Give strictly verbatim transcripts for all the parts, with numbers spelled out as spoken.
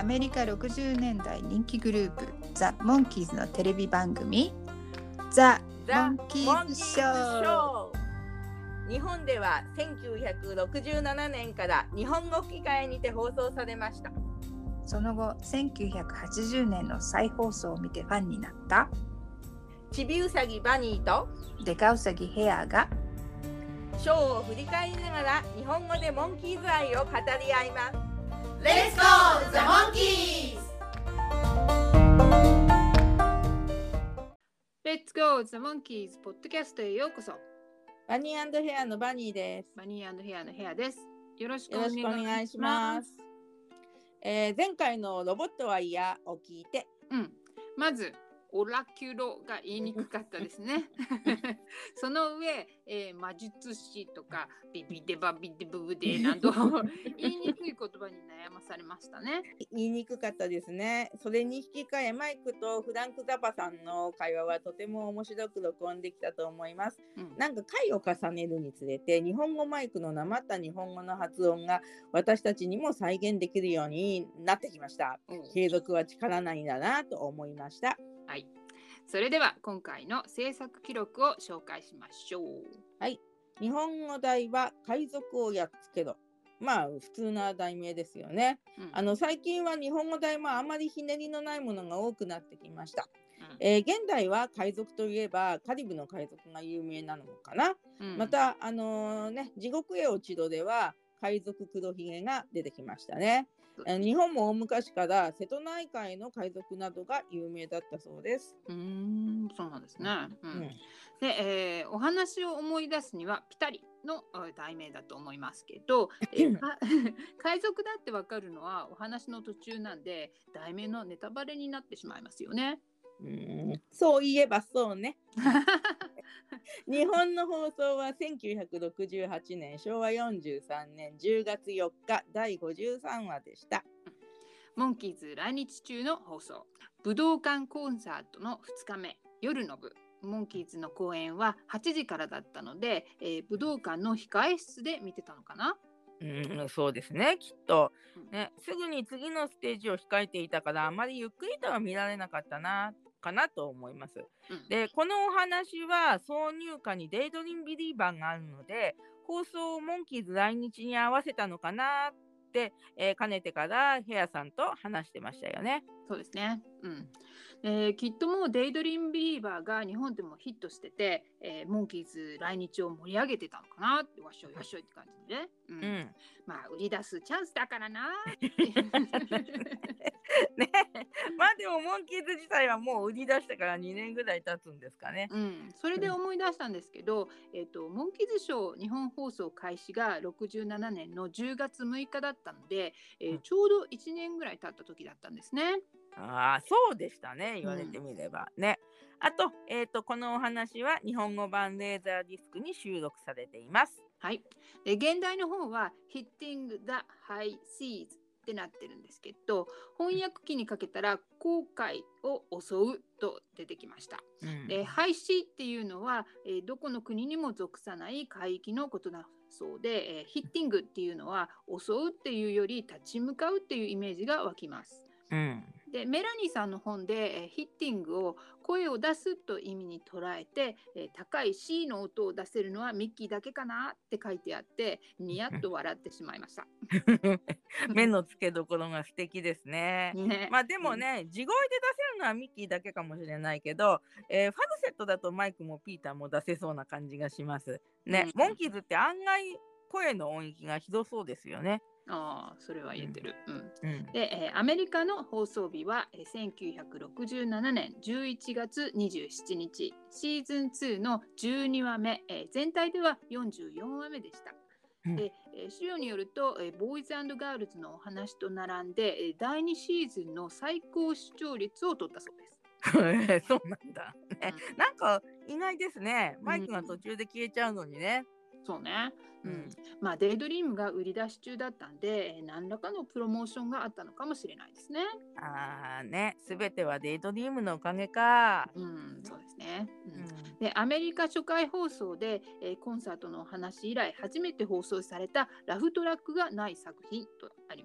メリカろくじゅうねんだい人気グループザ・モンキーズのテレビ番組ザ・モンキーズショー。 日本ではせんきゅうひゃくろくじゅうななねんから日本語吹き替えにて放送されました。 その後せんきゅうひゃくはちじゅうねんの再放送を見てファンになったちびうさぎバニーとデカウサギヘアがショーを振り返りながら日本語でモンキーズ愛を語り合います。 Let's go the monkeys! Let's go the monkeys ポッドキャストへようこそ。 バニー&ヘアのバニーです。 バニー&ヘアのヘアです。よろしくおよろしくお願いします。えー、前回のロボットは嫌を聞いて、 うん、まずオラキュロが言いにくかったですね。その上、えー、魔術師とかビビデバビデブブデなど言いにくい言葉に悩まされましたね。 言いにくかったですね。それに引き換えマイクとフランク・ザパさんの会話はとても面白く録音できたと思います。うん、なんか回を重ねるにつれて日本語マイクのなまった日本語の発音が私たちにも再現できるようになってきました。うん、継続は力なりだなと思いました。 はい、それでは今回の制作記録を紹介しましょう。 はい、日本語題は海賊をやっつけろ。まあ普通な題名ですよね。うん、あの最近は日本語題もあまりひねりのないものが多くなってきました。うん、えー、現代は海賊といえばカリブの海賊が有名なのかな。うん、またあのー、ね地獄へ落ちろでは海賊黒ひげが出てきましたね。日本も大昔から瀬戸内海の海賊などが有名だったそうです。 うーん、そうなんですね。うんうん、で、えー、お話を思い出すにはピタリの題名だと思いますけど、えー、海賊だってわかるのはお話の途中なんで題名のネタバレになってしまいますよね。 うーん、そういえばそうね。日本の放送はせんきゅうひゃくろくじゅうはちねんしょうわよんじゅうさんねんじゅうがつよっかだいごじゅうさんわでした。 モンキーズ来日中の放送、武道館コンサートのふつかめ夜の部、モンキーズの公演ははちじからだったので、えー、武道館の控え室で見てたのかな。 うん、そうですね、きっと、ね、すぐに次のステージを控えていたからあまりゆっくりとは見られなかったなかなと思います。うん、でこのお話は挿入歌にデイドリームビリーバーがあるので放送をモンキーズ来日に合わせたのかなって、えー、かねてからヘアさんと話してましたよね。 そうですね、うんえー、きっともうデイドリームビリーバーが日本でもヒットしてて、えー、モンキーズ来日を盛り上げてたのかなってわっしょいわっしょいって感じでね、うんうん、まあ売り出すチャンスだからなね、まあでもモンキーズ自体はもう売り出してからにねんぐらい経つんですかね。 うん、それで思い出したんですけど、うんえーと、モンキーズショー日本放送開始がろくじゅうななねんのじゅうがつむいかだったので、えー、ちょうどいちねんぐらい経った時だったんですね。 ああ、そうでしたね、言われてみれば、うん、ね。あと、えーと、このお話は日本語版レーザーディスクに収録されています。 はい。で、現代の方は Hitting the High Seasってなってるんですけど、翻訳機にかけたら航海を襲うと出てきました。うん、で、ハイシーっていうのは、えー、どこの国にも属さない海域のことだそうで、えー、ヒッティングっていうのは襲うっていうより立ち向かうっていうイメージが湧きます。うん、でメラニーさんの本で、えー、ヒッティングを声を出すという意味に捉えて、えー、高い C の音を出せるのはミッキーだけかなって書いてあってニヤッと笑ってしまいました目の付けどころが素敵ですね。ねまあでもね、うん、地声で出せるのはミッキーだけかもしれないけど、えー、ファルセットだとマイクもピーターも出せそうな感じがしますね。うん、モンキーズって案外声の音域がひどそうですよね。 ああ、それは言えてる。うんうん、で、えー、アメリカの放送日は、えー、せんきゅうひゃくろくじゅうななねんじゅういちがつにじゅうしちにち、シーズンツーのじゅうにわめ、えー、全体ではよんじゅうよんわめでした。うん、でえー、資料によると、えー、ボーイズ&ガールズのお話と並んで、えー、だいにシーズンの最高視聴率を取ったそうです。 そうなんだ、ねうん、なんか意外ですね。マイクが途中で消えちゃうのにね。 うん、そうね。うん、まあデイドリームが売り出し中だったんで何らかのプロモーションがあったのかもしれないですね。 ああね、すべてはデイドリームのおかげか。 うん、そうですね。うん、でアメリカ初回放送で、えー、コンサートのお話以来初めて放送されたラフトラックがない作品とありました。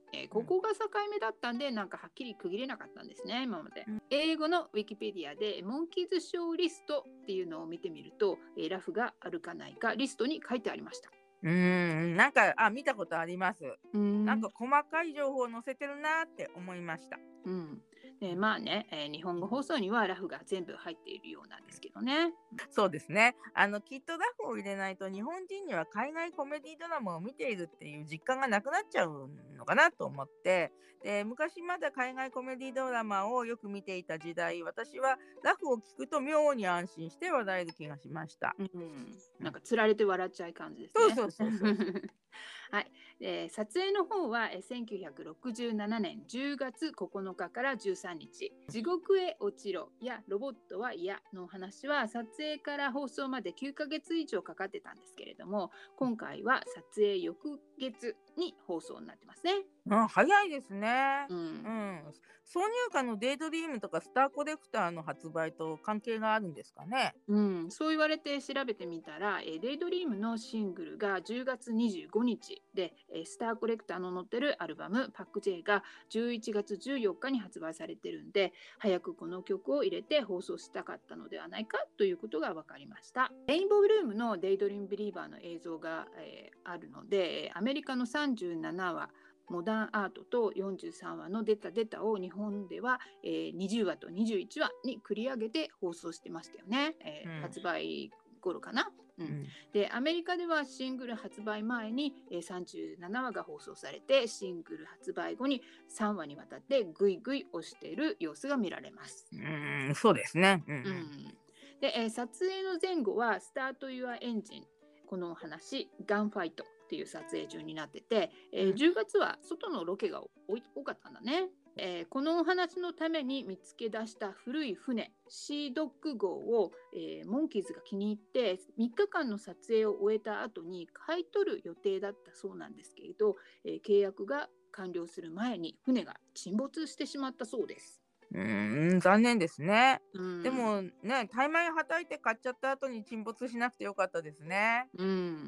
えーここが境目だったんで、なんかはっきり区切れなかったんですね、今まで。うん、英語のウィキペディアでモンキーズショーリストっていうのを見てみると、えーラフがあるかないかリストに書いてありました。 うーん、なんかあ見たことあります。 うん、 なんか細かい情報を載せてるなって思いました。 うん、でまあね、えー日本語放送にはラフが全部入っているようなんですけどね。 そうですね。あのきっとラフを入れないと日本人には海外コメディドラマを見ているっていう実感がなくなっちゃうのかなと思って、で昔まだ海外コメディドラマをよく見ていた時代、私はラフを聞くと妙に安心して笑える気がしました。 うん、なんかつられて笑っちゃう感じですね。 そうそうそうそうはい、えー撮影の方はえーせんきゅうひゃくろくじゅうななねんじゅうがつここのかからじゅうさんにち、地獄へ落ちろやロボットは嫌のお話は撮影から放送まできゅうかげつ以上かかってたんですけれども、今回は撮影翌月に放送になってますね。 あ、早いですね。 うん、 うん。挿入歌のデイドリームとかスターコレクターの発売と関係があるんですかね。 うん、そう言われて調べてみたら、えーデイドリームのシングルがじゅうがつにじゅうごにちで、えースターコレクターの載ってるアルバムパック J がじゅういちがつじゅうよっかに発売されてるんで、早くこの曲を入れて放送したかったのではないかということが分かりました。レインボーブルームのデイドリームビリーバーの映像が、えーあるので、アメリカのさんじゅうななわモダンアートとよんじゅうさんわの出た出たを日本では、えー、にじゅうわとにじゅういちわに繰り上げて放送してましたよね、えーうん、発売頃かな、うんうん、でアメリカではシングル発売前に、えー、さんじゅうななわが放送されて、シングル発売後にさんわにわたってぐいぐい押している様子が見られます。 うん、そうですね、うんうん、 で、えー、撮影の前後はスタート・ユア・エンジン、このお話ガンファイトっていう撮影中になってて、えー、じゅうがつは外のロケが多かったんだね。えー、このお話のために見つけ出した古い船シードッグ号を、えー、モンキーズが気に入ってみっかかんの撮影を終えた後に買い取る予定だったそうなんですけれど、えー、契約が完了する前に船が沈没してしまったそうです。 うーん、残念ですね。うん、でもね、タイマイはたいて買っちゃった後に沈没しなくてよかったですね。うん、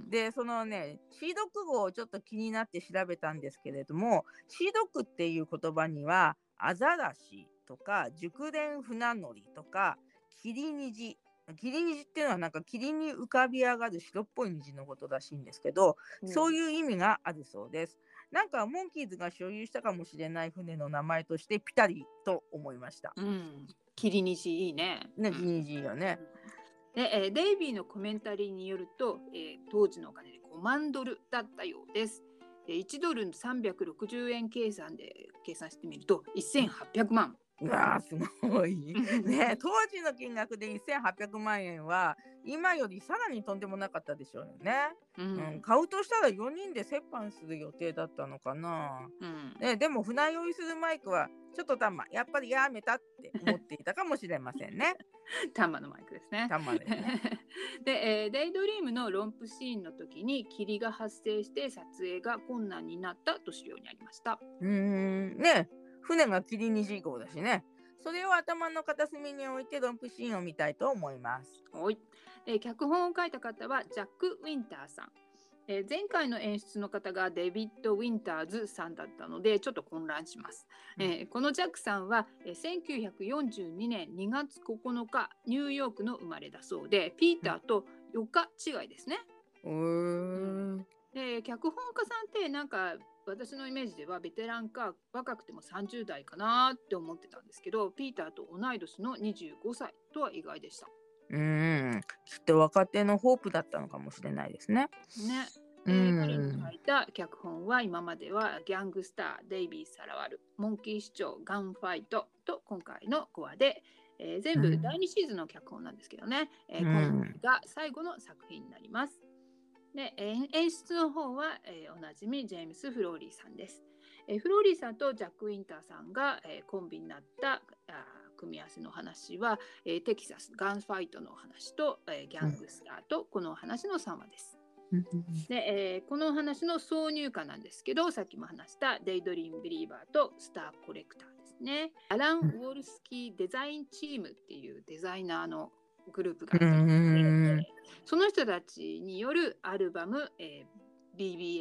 で、そのね、シードッグ号をちょっと気になって調べたんですけれども、シードッグっていう言葉には、アザラシとか熟練船乗りとかキリニジ、キリニジっていうのはなんか霧に浮かび上がる白っぽい虹のことらしいんですけど、うん、そういう意味があるそうです。なんかモンキーズが所有したかもしれない船の名前としてピタリと思いました。 うん、キリニジいいね。 ね、キリニジいいよね。 で、えー、デイビーのコメンタリーによると、えー、当時のお金でごまんドルだったようです。でいちドルさんびゃくろくじゅうえん計算で計算してみるとせんはっぴゃくまん。 うわー、すごいね。当時の金額でせんはっぴゃくまんえんは今よりさらにとんでもなかったでしょうよね。うんうん、買うとしたらよにんで折半する予定だったのかな、うんね、でも船酔いするマイクはちょっとたまやっぱりやめたって思っていたかもしれませんね。 タンマのマイクですね。 タンマですね。 で、えー、デイドリームのロンプシーンの時に霧が発生して撮影が困難になったと資料にありました。 うーんね、船がキリニジ号だしね。それを頭の片隅に置いてロンプシーンを見たいと思います。 はい。えー、脚本を書いた方はジャック・ウィンターさん。えー、前回の演出の方がデビッド・ウィンターズさんだったのでちょっと混乱します。うん、えー、このジャックさんは、えー、せんきゅうひゃくよんじゅうにねんにがつここのかニューヨークの生まれだそうで、ピーターとよっか違いですね。 うーん。 で脚本家さんってなんか私のイメージではベテランか若くてもさんじゅうだいかなって思ってたんですけど、ピーターと同い年のにじゅうごさいとは意外でした。 うーん、きっと若手のホープだったのかもしれないですね。 ね。えー、彼の書いた脚本は今まではギャングスター、デイビー・サラワル、モンキー市長、ガンファイトと今回のごわで、えー、全部だいにシーズンの脚本なんですけどね、えー、今回が最後の作品になります。で演出の方は、えー、おなじみジェームス・フローリーさんです。えー、フローリーさんとジャック・ウィンターさんが、えー、コンビになったあ組み合わせの話は、えー、テキサスガンファイトのお話と、えー、ギャングスターとこのお話のさんわです。で、えー、このお話の挿入歌なんですけど、さっきも話したデイドリームビリーバーとスターコレクターですね。アラン・ウォルスキーデザインチームっていうデザイナーのグループがあって、えー、その人たちによるアルバム、えー、ビービーエム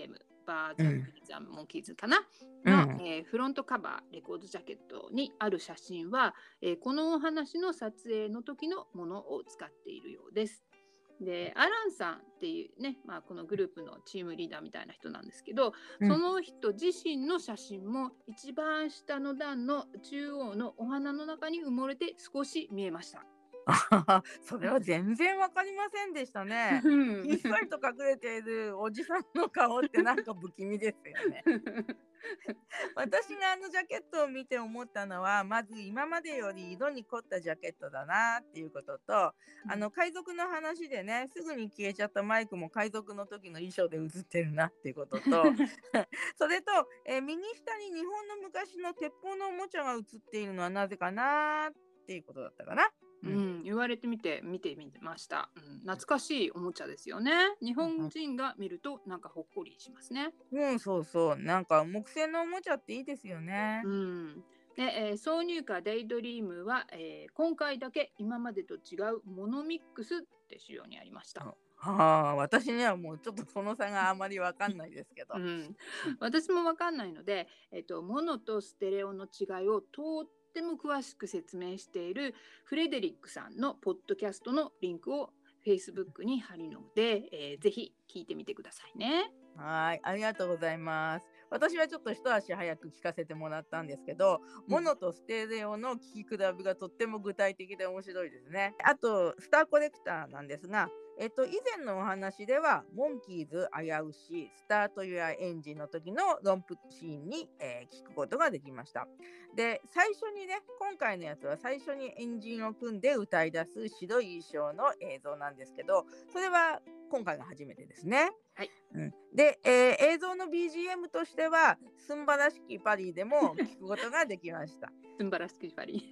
バーザ・うんザ・モンキーズかな、 うんの、えーフロントカバーレコードジャケットにある写真は、えーこのお話の撮影の時のものを使っているようです。でアランさんっていうね、まあ、このグループのチームリーダーみたいな人なんですけど、 うんその人自身の写真も一番下の段の中央のお花の中に埋もれて少し見えました。 あははそれは全然わかりませんでしたね。ひっそりと隠れているおじさんの顔ってなんか不気味ですよね。私があのジャケットを見て思ったのは、まず今までより色に凝ったジャケットだなっていうことと、あの海賊の話でね、すぐに消えちゃったマイクも海賊の時の衣装で写ってるなっていうこととそれと、えー右下に日本の昔の鉄砲のおもちゃが写っているのはなぜかなっていうことだったかな。 うん、言われてみて見てみました、うん、懐かしいおもちゃですよね。日本人が見るとなんかほっこりしますね。 うん、そうそう。なんか木製のおもちゃっていいですよね。 うん、で、えー挿入歌デイドリームは、えー今回だけ今までと違うモノミックスって仕様にありました。 はあ、私にはもうちょっとその差があまりわかんないですけど。 うん、私もわかんないので、えっと、モノとステレオの違いをとっても詳しく説明しているフレデリックさんのポッドキャストのリンクを Facebook に貼るので、えーぜひ聞いてみてくださいね。 はい、ありがとうございます。私はちょっと一足早く聞かせてもらったんですけど、 うんモノとステレオの聞き比べがとっても具体的で面白いですね。あと、スターコレクターなんですが、えっと、以前のお話では、モンキーズ危うし、スタート・ユア・エンジンの時のロンプシーンに、えー聞くことができました。で、最初にね、今回のやつは最初にエンジンを組んで歌い出す白い衣装の映像なんですけど、それは今回が初めてですね。 はいうん、で、えー映像の ビージーエム としては、すんばらしきパリでも聞くことができました。 すんばらしきパリ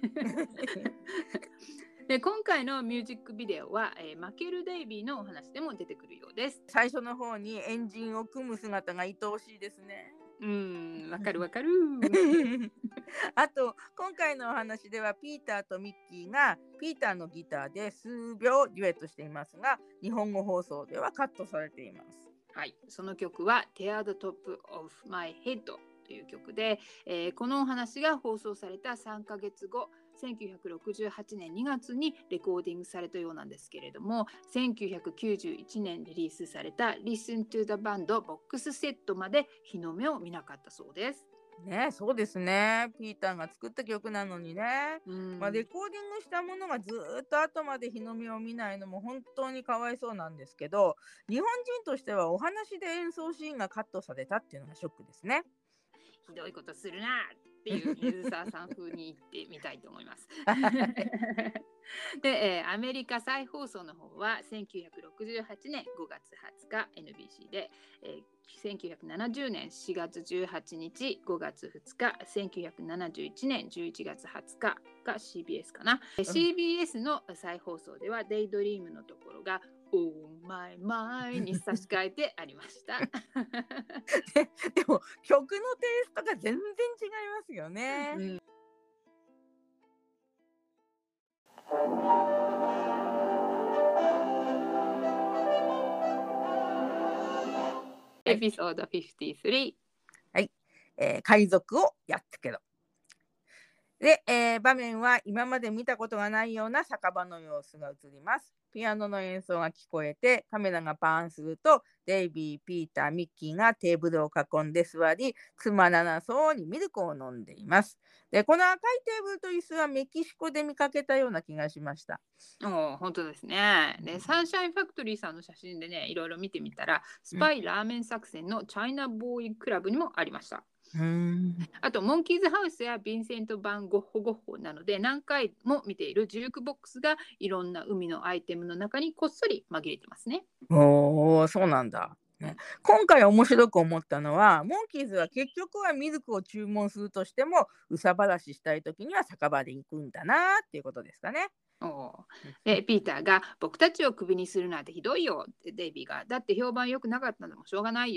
で今回のミュージックビデオは、えーマケル・デイビーのお話でも出てくるようです。 最初の方にエンジンを組む姿が愛おしいですね。 うーん、わかるわかるあと今回のお話ではピーターとミッキーがピーターのギターで数秒デュエットしていますが、日本語放送ではカットされています。 はい、その曲は Tear the Top of My Head という曲で、えーこのお話が放送されたさんかげつご、せんきゅうひゃくろくじゅうはちねんにがつにレコーディングされたようなんですけれども、せんきゅうひゃくきゅうじゅういちねんリリースされた Listen to the Band ボックスセットまで日の目を見なかったそうです。 ね、そうですね。ピーターが作った曲なのにね。 うんまあ、レコーディングしたものがずーっと後まで日の目を見ないのも本当にかわいそうなんですけど、日本人としてはお話で演奏シーンがカットされたっていうのがショックですね。 ひどいことするなっていう水沢さん風に言ってみたいと思います。で、えーアメリカ再放送の方はせんきゅうひゃくろくじゅうはちねんごがつはつか エヌビーシー で、えーせんきゅうひゃくななじゅうねんしがつじゅうはちにちごがつふつか、せんきゅうひゃくななじゅういちねんじゅういちがつはつかが シービーエス かな、うん、シービーエス の再放送ではデイドリームのところがオーマイマイに差し替えてありましたで, でも曲のテイストが全然違いますよね、うん。 エピソードごじゅうさん。 はい、えー、海賊をやっつけろ。で、えー、場面は今まで見たことがないような酒場の様子が映ります。ピアノの演奏が聞こえて、カメラがパンすると、デイビー、ピーター、ミッキーがテーブルを囲んで座り、つまらなそうにミルクを飲んでいます。で、この赤いテーブルと椅子はメキシコで見かけたような気がしました。 お本当ですね。で、サンシャインファクトリーさんの写真でね、いろいろ見てみたら、スパイラーメン作戦のチャイナボーイクラブにもありました。 うん、 あとモンキーズハウスやヴィンセント・バン・ゴッホ・ゴッホなので何回も見ているジュークボックスがいろんな海のアイテムの中にこっそり紛れてますね。 おー、そうなんだ、ね、今回面白く思ったのはモンキーズは結局はミルクを注文するとしても憂さ晴らししたい時には酒場で行くんだなっていうことですかね。 おでピーターが僕たちをクビにするなんてひどいよってデイビーがだって評判良くなかったのもしょうがないよ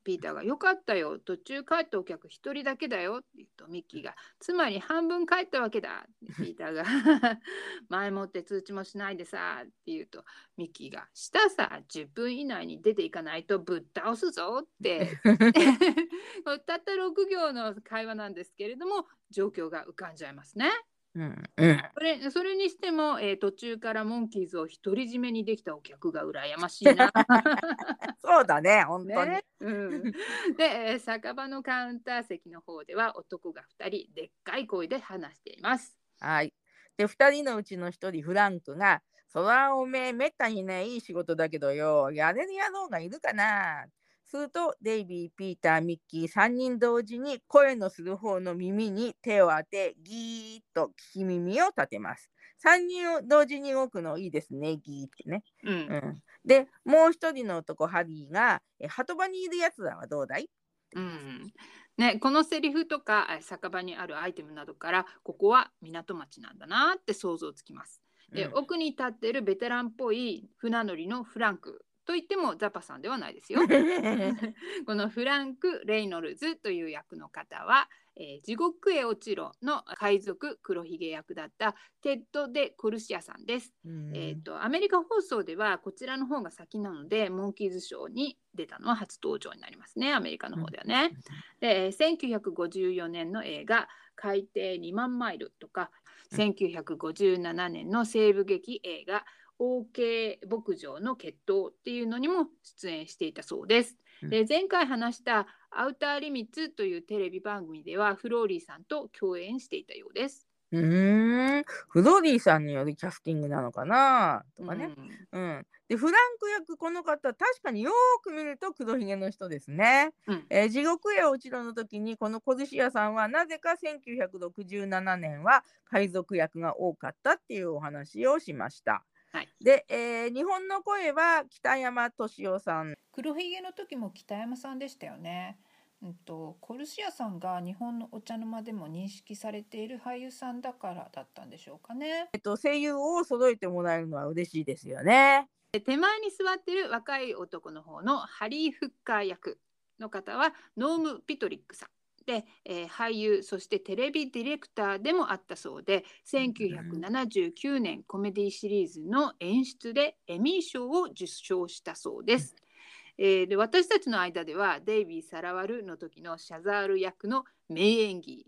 ピーターがよかったよ、途中帰ったお客一人だけだよって言うと、ミッキーがつまり半分帰ったわけだ。ピーターが前もって通知もしないでさって言うと、ミッキーがしたさ、じゅっぷん以内に出ていかないとぶっ倒すぞってたったろく行の会話なんですけれども、状況が浮かんじゃいますね。 うんうん、 それ、それにしても、えー、途中からモンキーズを独り占めにできたお客が羨ましいな。 そうだね、本当に。 ね、うん、で、えー、酒場のカウンター席の方では男がふたりでっかい声で話しています。 はい。で、ふたりのうちのひとりフランクが、そらおめえめったにね、いい仕事だけどよ、やれる野郎がいるかな。するとデイビー、ピーター、ミッキーさんにん同時に声のする方の耳に手を当て、ギーッと聞き耳を立てます。さんにん同時に動くのいいですね、ギーってね。 うんうん、 で、もう一人の男ハリーが、え鳩場にいるやつらはどうだい、 うんね、このセリフとか酒場にあるアイテムなどから、ここは港町なんだなって想像つきます。で、うん、奥に立っているベテランっぽい船乗りのフランクと言ってもザパさんではないですよ。このフランク・レイノルズという役の方は、えー、地獄へ落ちろの海賊黒ひげ役だったテッド・デ・コルシアさんです。えーと、アメリカ放送ではこちらの方が先なので、モンキーズショーに出たのは初登場になりますね、アメリカの方ではね。で、せんきゅうひゃくごじゅうよねんの映画海底にまんマイルとか、せんきゅうひゃくごじゅうななねんの西部劇映画オーケー牧場の決闘っていうのにも出演していたそうです。で、前回話したアウターリミッツというテレビ番組ではフローリーさんと共演していたようです。 うーん、フローリーさんによるキャスティングなのかなとかね、うんうん、でフランク役この方確かによく見ると黒ひげの人ですね、うんえー、地獄へ落ちろの時にこのコルシアさんはなぜかせんきゅうひゃくろくじゅうななねんは海賊役が多かったっていうお話をしました。はい、で、えー、日本の声は北山俊夫さん。 黒ひげの時も北山さんでしたよね。うんと、コルシアさんが日本のお茶の間でも認識されている俳優さんだからだったんでしょうかね。 えっと、声優を揃えてもらえるのは嬉しいですよね。 手前に座っている若い男の方のハリー・フッカー役の方はノーム・ピトリックさん。で、えー、俳優そしてテレビディレクターでもあったそうで、せんきゅうひゃくななじゅうきゅうねんコメディシリーズの演出でエミー賞を受賞したそうです。えー、で私たちの間ではデイビー・サラワルの時のシャザール役の名演技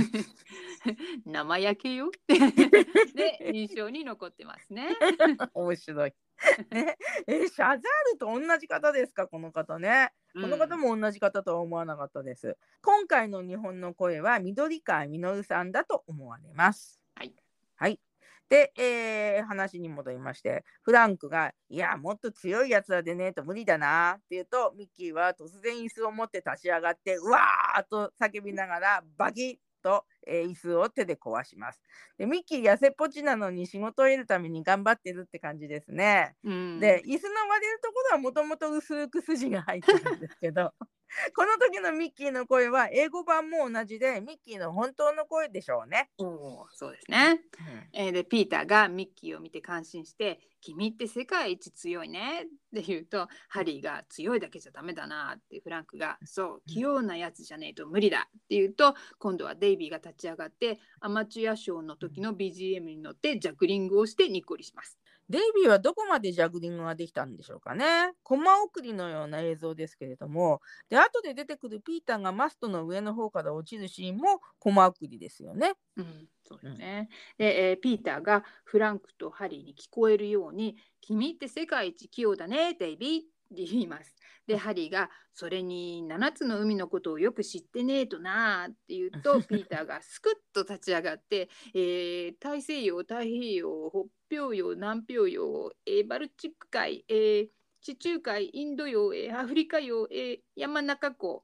生焼けよで印象に残ってますね。 面白いね、えシャザールと同じ方ですか、この方ね。この方も同じ方とは思わなかったです。うん、今回の日本の声は緑川実さんだと思われます。 はい。 はい。で、えー、話に戻りまして、フランクが、いや、もっと強いやつらでねえと無理だなって言うと、ミッキーは突然椅子を持って立ち上がって、うわーっと叫びながら、バキッと、えー、椅子を手で壊します。で、ミッキー痩せっぽちなのに仕事を得るために頑張ってるって感じですね。うん、で、椅子の割れるところはもともと薄く筋が入ってるんですけど、この時のミッキーの声は英語版も同じでミッキーの本当の声でしょうね。 おそうですね、うんえー、でピーターがミッキーを見て感心して「君って世界一強いね」って言うと、ハリーが「強いだけじゃダメだな」ってフランクが「そう器用なやつじゃねえと無理だ」って言うと、今度はデイビーが立ち上がってアマチュアショーの時の ビージーエム に乗ってジャグリングをしてニッコリします。 デイビーはどこまでジャグリングができたんでしょうかね。コマ送りのような映像ですけれども、で後で出てくるピーターがマストの上の方から落ちるシーンもコマ送りですよね。 うん、そうですね。うん、で、えー、ピーターがフランクとハリーに聞こえるように「君って世界一器用だね、デイビー」って言います。で、ハリーが「それにななつの海のことをよく知ってねえとな」って言うと、ピーターがスクッと立ち上がって「えー、大西洋、太平洋、北氷洋、南氷洋、えー、バルチック海、えー、地中海、インド洋、えー、アフリカ洋、えー、山中湖」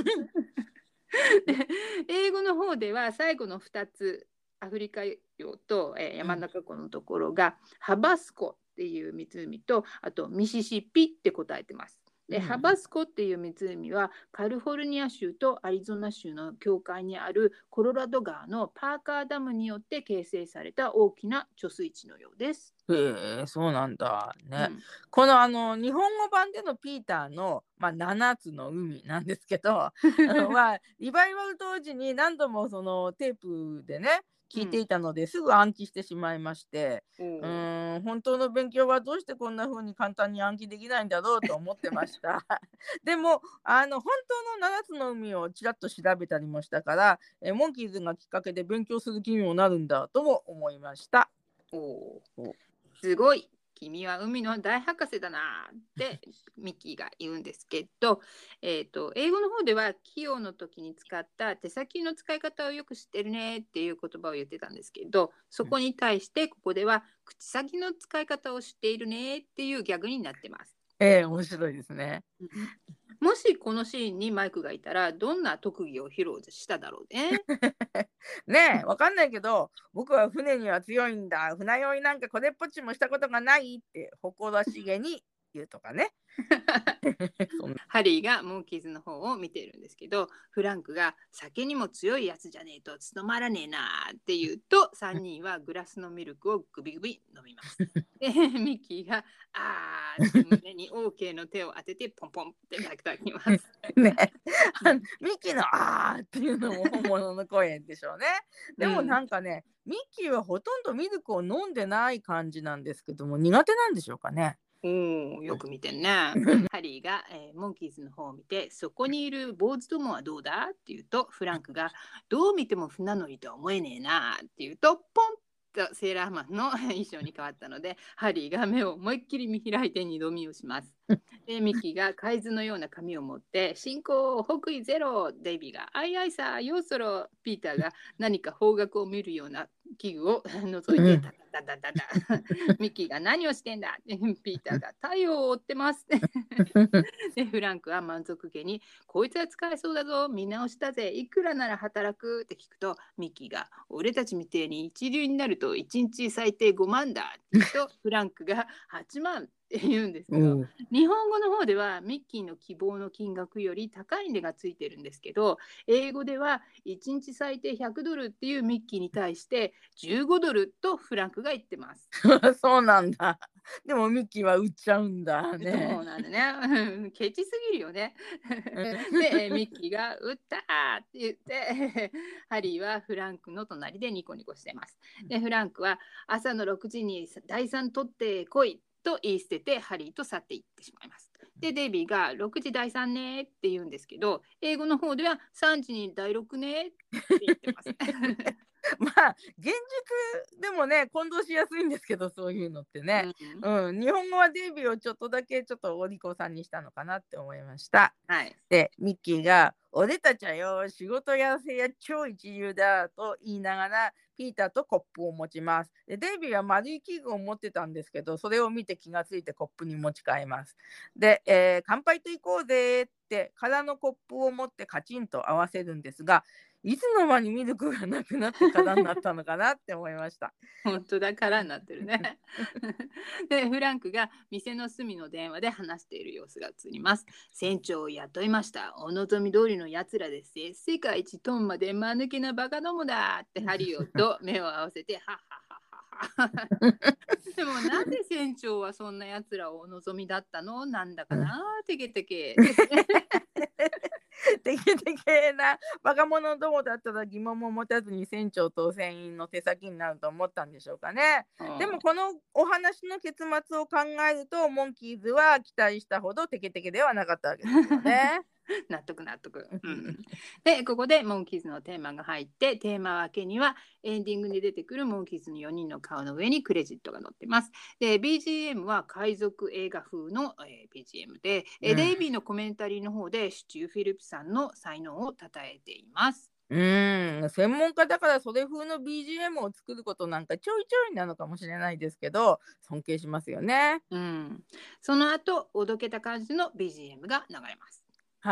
英語の方では最後のふたつ、アフリカ洋と、えー、山中湖のところが、うん、ハバスコっていう湖と、あとミシシッピって答えてます。 で、 うんハバスコっていう湖はカリフォルニア州とアリゾナ州の境界にあるコロラド川のパーカーダムによって形成された大きな貯水池のようです。 へえ、そうなんだね。 うん、 このあの日本語版でのピーターの、まあ、ななつの海なんですけど、あのまあ、リバイバル当時に何度もそのテープでね聞いていたのですぐ暗記してしまいまして、 おうーーん本当の勉強はどうしてこんな風に簡単に暗記できないんだろうと思ってました。でもあの本当のななつの海をちらっと調べたりもしたから、えモンキーズがきっかけで勉強する気にもなるんだとも思いました。 おーおすごい君は海の大博士だなってミッキーが言うんですけど、えーと、英語の方では器用の時に使った手先の使い方をよく知ってるねっていう言葉を言ってたんですけど、そこに対してここでは口先の使い方を知っているねっていうギャグになってます。 ええ、面白いですね。 もしこのシーンにマイクがいたらどんな特技を披露しただろうね。 ねえ、わかんないけど、僕は船には強いんだ。船酔いなんかこれっぽっちもしたことがないって誇らしげに言うとかね。そんなハリーがモンキーズの方を見ているんですけど、フランクが酒にも強いやつじゃねえと務まらねえなって言うと、さんにんはグラスのミルクをグビグビ飲みます。で、ミッキーがあーって胸に オーケー の手を当ててポンポンって叩きます。 ね、あのミッキーのあーっていうのも本物の声でしょうね。でもなんかね、ミッキーはほとんどミルクを飲んでない感じなんですけども、苦手なんでしょうかね。 おー、よく見てんね。ハリーが、えーモンキーズの方を見て、そこにいる坊主どもはどうだって言うと、フランクがどう見ても船乗りとは思えねえなって言うと、ポンとセーラーマンの衣装に変わったので、ハリーが目を思いっきり見開いて二度見をします。で、ミッキーが海図のような紙を持って、進行、北緯ゼロ、デイビーが、あいあいさ、ようそろ、ピーターが何か方角を見るような器具を覗いて、タタタタタタ。ミッキーが何をしてんだピーターが太陽を追ってます。で、フランクは満足げに、こいつは使えそうだぞ、見直したぜ、いくらなら働くって聞くと、ミッキーが、俺たちみてえに一流になるといちにち最低ごまんだって言うと、フランクがはちまんって言うんですけど、日本語の方ではミッキーの希望の金額より高い値がついてるんですけど、英語ではいちにち最低ひゃくドルっていうミッキーに対してじゅうごドルとフランクが言ってます。 そうなんだ。でもミッキーは売っちゃうんだね。 そうなんだね。ケチすぎるよね。で、ミッキーが売ったって言って、ハリーはフランクの隣でニコニコしてます。で、フランクは朝のろくじにだいさん取ってこいと言い捨ててハリーと去っていってしまいます。で、デイビーがろくじだいさんねって言うんですけど、英語の方ではさんじにだいろくねって言ってます。 まあ現実でもね混同しやすいんですけど、そういうのってね、うんうん、日本語はデイビーをちょっとだけちょっとお利口さんにしたのかなって思いました。 はい、 でミッキーが「俺たちはよ仕事やせや超一流だ」と言いながらピーターとコップを持ちます。でデイビーは丸い器具を持ってたんですけど、それを見て気がついてコップに持ち替えます。で、えー、乾杯と行こうぜって空のコップを持ってカチンと合わせるんですが、いつの間にミルクがなくなって空になったのかなって思いました。 本当だ、空になってるね。で、フランクが店の隅の電話で話している様子が映ります。船長を雇いました。お望み通りのやつらです。世界一トンまで間抜けなバカどもだってハリオと目を合わせて、はっはっはっは。でもなんで船長はそんなやつらをお望みだったのなんだかな、てけてけ。 テケテケなバカ者どもだったら疑問も持たずに船長と船員の手先になると思ったんでしょうかね。でもこのお話の結末を考えるとモンキーズは期待したほどテケテケではなかったわけですよね。 納得納得、うん、でここでモンキーズのテーマが入って、テーマ分けにはエンディングで出てくるモンキーズのよにんの顔の上にクレジットが載ってます。で ビージーエム は海賊映画風の、えー、ビージーエム で、うん、デイビーのコメンタリーの方でシチュー・フィリップさんの才能を称えています。 うーん専門家だからそれ風の ビージーエム を作ることなんかちょいちょいなのかもしれないですけど、尊敬しますよね。 うん、その後おどけた感じの ビージーエム が流れます。 はい。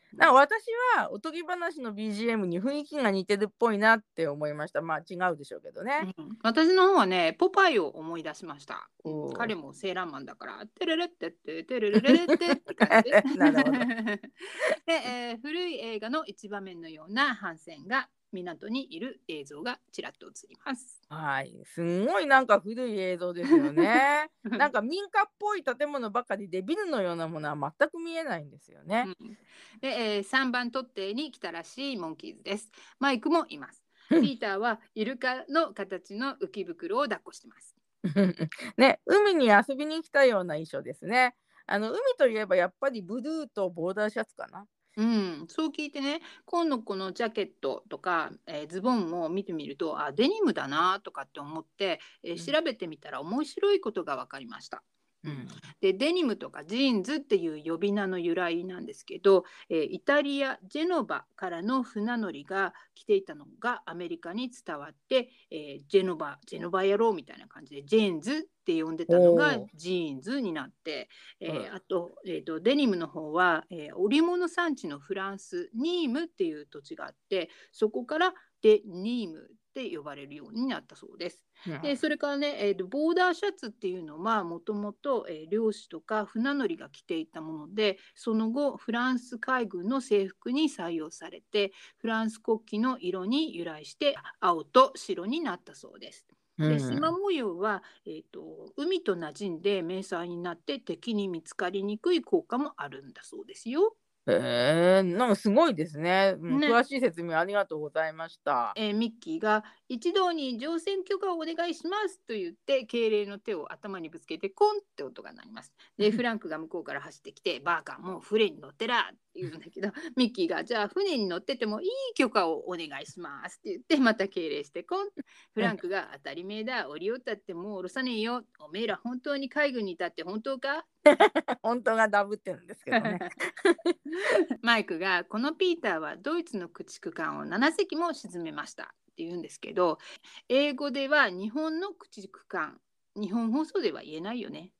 なんか私はおとぎ話の ビージーエム に雰囲気が似てるっぽいなって思いました。まあ違うでしょうけどね。 うん、私の方はね、ポパイを思い出しました。うん、彼もセーラーマンだから、テレレってってテレレレレってって感じ。 なるほど。 で、えー古い映画の一場面のような帆船が港にいる映像がちらっと映ります。 はい、すんごいなんか古い映像ですよね。なんか民家っぽい建物ばかりでビルのようなものは全く見えないんですよね。 うん、で、えー、さんばん取っ手に来たらしいモンキーズです。マイクもいます。ピーターはイルカの形の浮き袋を抱っこしてます。 ね、海に遊びに来たような衣装ですね。あの海といえばやっぱりブルーとボーダーシャツかな。 うん、そう聞いてね、今度このジャケットとか、えーズボンも見てみると、あ、デニムだなとかって思って、えーうん調べてみたら面白いことが分かりました。 うんで、デニムとかジーンズっていう呼び名の由来なんですけど、えーイタリア・ジェノバからの船乗りが着ていたのがアメリカに伝わって、えージェノバ、ジェノバ野郎みたいな感じでジェーンズって呼んでたのがおージーンズになって、えーうんあと、えーと、デニムの方は、えー織物産地のフランス、ニームっていう土地があって、そこからデニームって呼ばれるようになったそうです。 うんでそれからね、えーと、ボーダーシャツっていうのはもともと漁師とか船乗りが着ていたもので、その後フランス海軍の制服に採用されて、フランス国旗の色に由来して青と白になったそうです。でうん縞模様は、えーと、海と馴染んで迷彩になって敵に見つかりにくい効果もあるんだそうですよ。 えー、なんかすごいですね。うん、 ね、 詳しい説明ありがとうございました。 えーミッキーが一同に乗船許可をお願いしますと言って敬礼の手を頭にぶつけてコンって音が鳴ります。でフランクが向こうから走ってきてバーカもう船に乗ってらって言うんだけど、ミッキーがじゃあ船に乗っててもいい許可をお願いしますって言ってまた敬礼してコン。フランクが当たり前だ、降りよったってもう降ろさねえよ、おめえら本当に海軍にいたって本当か。 本当がダブってるんですけどね。 マイクがこのピーターはドイツの駆逐艦をなな隻も沈めましたって言うんですけど、英語では日本の駆逐艦、日本放送では言えないよね。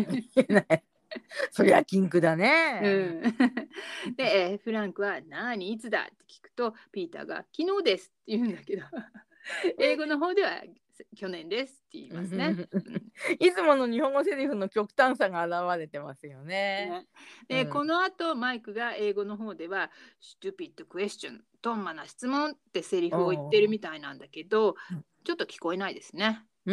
そりゃ禁句だうね。 ん、で、えーフランクは何いつだって聞くとピーターが昨日ですって言うんだけど英語の方では去年ですって言いますね。うんいつもの日本語セリフの極端さが現れてますよね。 ねで、 うんこの後マイクが英語の方では Stupid question トンマな質問ってセリフを言ってるみたいなんだけど、ちょっと聞こえないですね。 うん、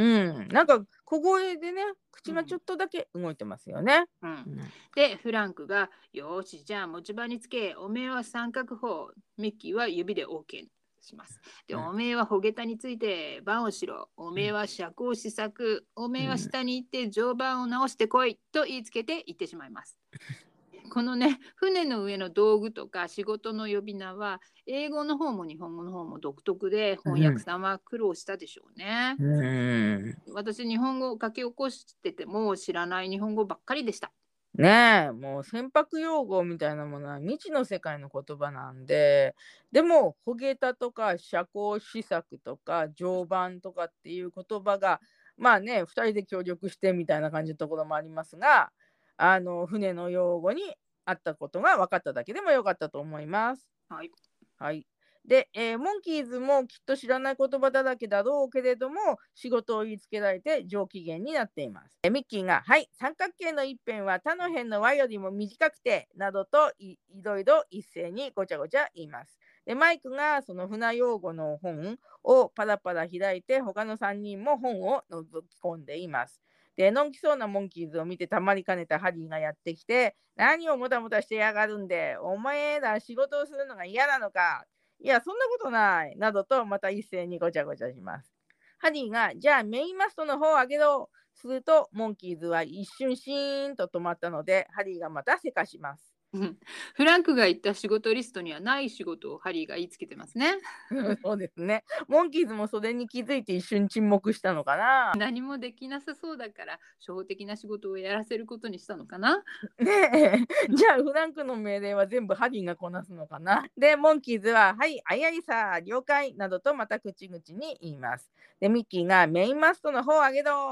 なんか小声でね、口がちょっとだけ動いてますよね。 うんうんでフランクがよーしじゃあ持ち場につけ、おめえは三角砲、ミッキーは指で OK します。で、 うんおめえはほげたについて番をしろ、おめえは尺を試作、おめえは下に行って常磐を直してこいと言いつけて言ってしまいます。このね、船の上の道具とか仕事の呼び名は英語の方も日本語の方も独特で、翻訳さんは苦労したでしょうね。 うん私日本語を書き起こしてても知らない日本語ばっかりでした。 ねえ、もう船舶用語みたいなものは未知の世界の言葉なんで、でも、ほげたとか、社交施策とか、常磐とかっていう言葉が、まあね、ふたりで協力してみたいな感じのところもありますが、あの、船の用語にあったことが分かっただけでもよかったと思います。 はい。 はい。で、えーモンキーズもきっと知らない言葉だらけだろうけれども、仕事を言いつけられて上機嫌になっています。えミッキーが、はい、三角形の一辺は他の辺の輪よりも短くて、などといいろいろ一斉にごちゃごちゃ言います。で、マイクがその船用語の本をパラパラ開いて、他のさんにんも本を覗き込んでいます。で、のんきそうなモンキーズを見てたまりかねたハリーがやってきて、何をもたもたしてやがるんで、お前ら仕事をするのが嫌なのか。いや、そんなことない。などと、また一斉にごちゃごちゃします。ハリーが、じゃあメインマストの方を上げろ。すると、モンキーズは一瞬シーンと止まったので、ハリーがまたせかします。 うんフランクが言った仕事リストにはない仕事をハリーが言いつけてますね。 そうですね。モンキーズもそれに気づいて一瞬沈黙したのかな。 何もできなさそうだから初歩的な仕事をやらせることにしたのかな。 ねえ、じゃあフランクの命令は全部ハリーがこなすのかな。で、モンキーズは、はい、あいあいさ、了解などとまた口々に言います。で、ミッキーがメインマストの方を上げろ。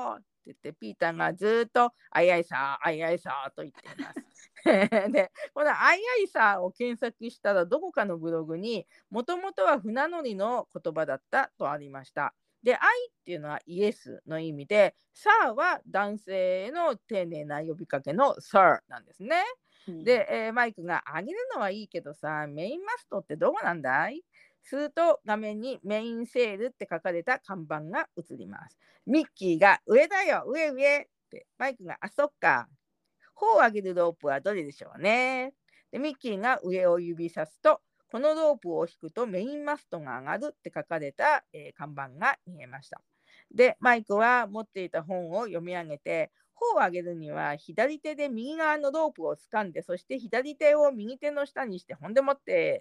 言ってピーターがずっとあいあいさあいあいさと言っています。でこのあいあいさを検索したらどこかのブログにもともとは船乗りの言葉だったとありました。で、愛っていうのはイエスの意味で、サーは男性の丁寧な呼びかけのサーなんですね。うん、で、えー、マイクがあげるのはいいけどさ、メインマストってどこなんだい？すると画面にメインセールって書かれた看板が映ります。ミッキーが上だよ、上上って、マイクがあ、そっか。頬を上げるロープはどれでしょうね。で、ミッキーが上を指さすと、このロープを引くとメインマストが上がるって書かれた、えー、看板が見えました。で、マイクは持っていた本を読み上げて、頬を上げるには左手で右側のロープを掴んで、そして左手を右手の下にして、ほんでもって、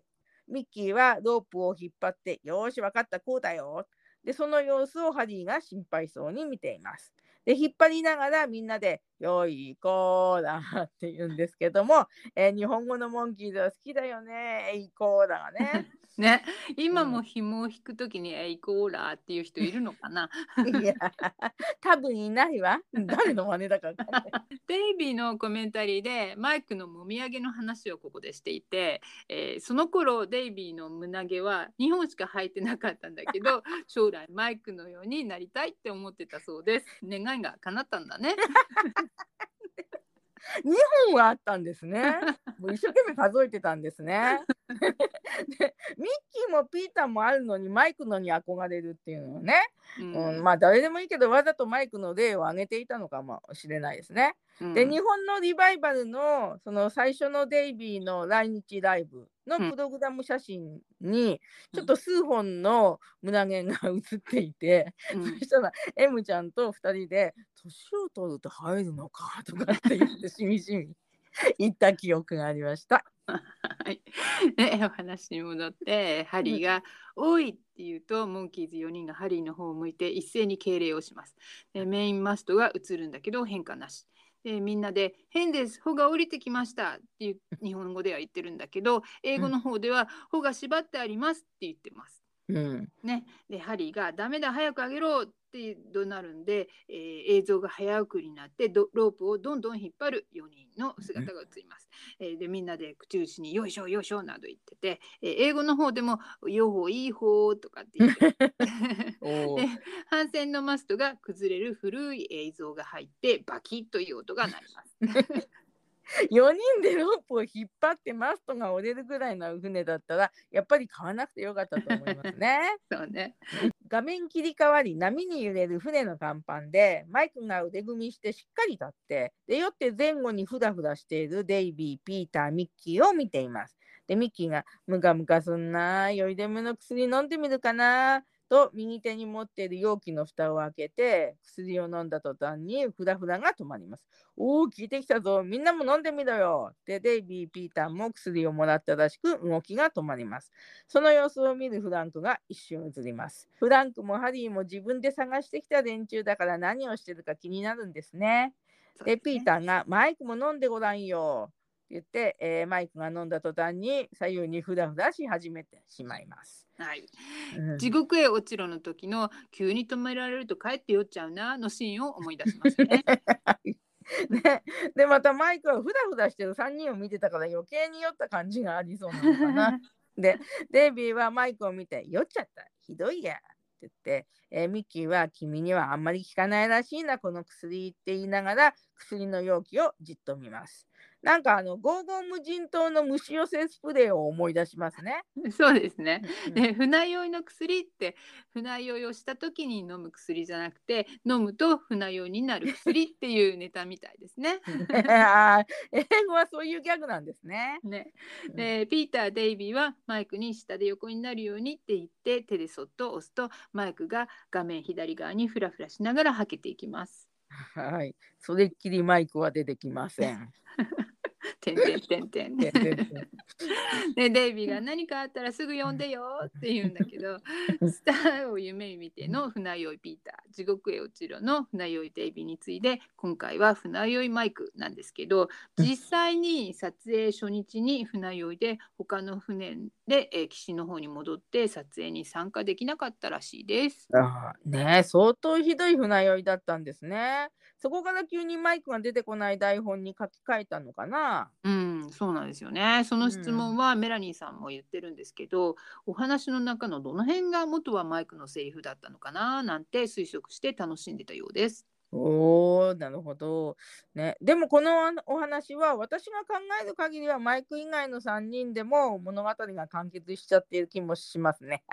ミッキーはロープを引っ張って、よーし、わかった、こうだよ。で、その様子をハリーが心配そうに見ています。で、引っ張りながらみんなで、よいこーだって言うんですけども、えー、日本語のモンキーズは好きだよね、えいこーだがね。 ね、今も紐を引くときに、えいこーらっていう人いるのかな。 いや、多分いないわ。誰の真似だか分かんない。 デイビーのコメンタリーでマイクのもみあげの話をここでしていて、えー、その頃デイビーの胸毛はにほんしか履いてなかったんだけど、将来マイクのようになりたいって思ってたそうです。願いが叶ったんだね。 にほんはあったんですね。もう一生懸命数えてたんですね。でミッキーもピーターもあるのにマイクのに憧れるっていうのはね、うんうん、まあ誰でもいいけどわざとマイクの例を挙げていたのかもしれないですね。うん、で日本のリバイバルのその最初のデイビーの来日ライブのプログラム写真にちょっと数本の胸毛が写っていて、うん、そしたら M ちゃんとふたりで年を取ると入るのかとかって言ってしみじみ言った記憶がありました。 はい、ね、お話に戻ってハリーが「おい!」って言うとモンキーズよにんがハリーの方を向いて一斉に敬礼をします。でメインマストが映るんだけど変化なし。でみんなで「変です、穂が降りてきました」っていう日本語では言ってるんだけど、英語の方では「穂が縛ってあります」って言ってます。うんね、でハリーが「ダメだ早く上げろ」って怒鳴るんで、えー、映像が早送りになってロープをどんどん引っ張るよにんの姿が映ります。えー、でみんなで口々に「よいしょよいしょ」など言ってて、えー、英語の方でも「よほいいほ」とかって言ってで反戦のマストが崩れる古い映像が入ってバキッという音が鳴ります。 よにんでロープを引っ張ってマストが折れるぐらいの船だったらやっぱり買わなくてよかったと思いますね。 そうね。 画面切り替わり波に揺れる船の甲板でマイクが腕組みしてしっかり立ってでよって前後にフラフラしているデイビー、ピーター、ミッキーを見ています。でミッキーがムカムカすんな、酔い止めの薬飲んでみるかなと右手に持っている容器の蓋を開けて薬を飲んだ途端にフラフラが止まります。おー、効いてきたぞ、みんなも飲んでみろよでデイビー、ピーターも薬をもらったらしく動きが止まります。その様子を見るフランクが一瞬映ります。フランクもハリーも自分で探してきた連中だから何をしてるか気になるんですね。でピーターがマイクも飲んでごらんよって言って、えー、マイクが飲んだ途端に左右にフラフラし始めてしまいます。 はいうん、地獄へ落ちろの時の急に止められると帰って酔っちゃうなのシーンを思い出しますね。 ね、でまたマイクはフラフラしてるさんにんを見てたから余計に酔った感じがありそうなのかな。でデイビーはマイクを見て酔っちゃったひどいやって言って、えー、ミッキーは君にはあんまり効かないらしいなこの薬って言いながら薬の容器をじっと見ます。なんかあのゴーゴー無人島の虫寄せスプレーを思い出しますね。 そうですね。で船酔いの薬って船酔いをした時に飲む薬じゃなくて飲むと船酔いになる薬っていうネタみたいですね。 英語はそういうギャグなんですね。 ねでピーター・デイビーはマイクに下で横になるようにって言って手でそっと押すとマイクが画面左側にフラフラしながらはけていきます。 はい、それっきりマイクは出てきません。 てんてんてんてんでデイビーが何かあったらすぐ呼んでよって言うんだけど、スターを夢に見ての船酔いピーター、地獄へ落ちろの船酔いデイビーに次いで、今回は船酔いマイクなんですけど、実際に撮影初日に船酔いで他の船で、えー岸の方に戻って撮影に参加できなかったらしいです。 あーねえ、相当ひどい船酔いだったんですね。そこから急にマイクが出てこない台本に書き換えたのかな。 うん、そうなんですよね。その質うん問はメラニーさんも言ってるんですけど、お話の中のどの辺が元はマイクのセリフだったのかななんて推測して楽しんでたようです。 おー、なるほど。ね、でもこのお話は私が考える限りはマイク以外のさんにんでも物語が完結しちゃっている気もしますね。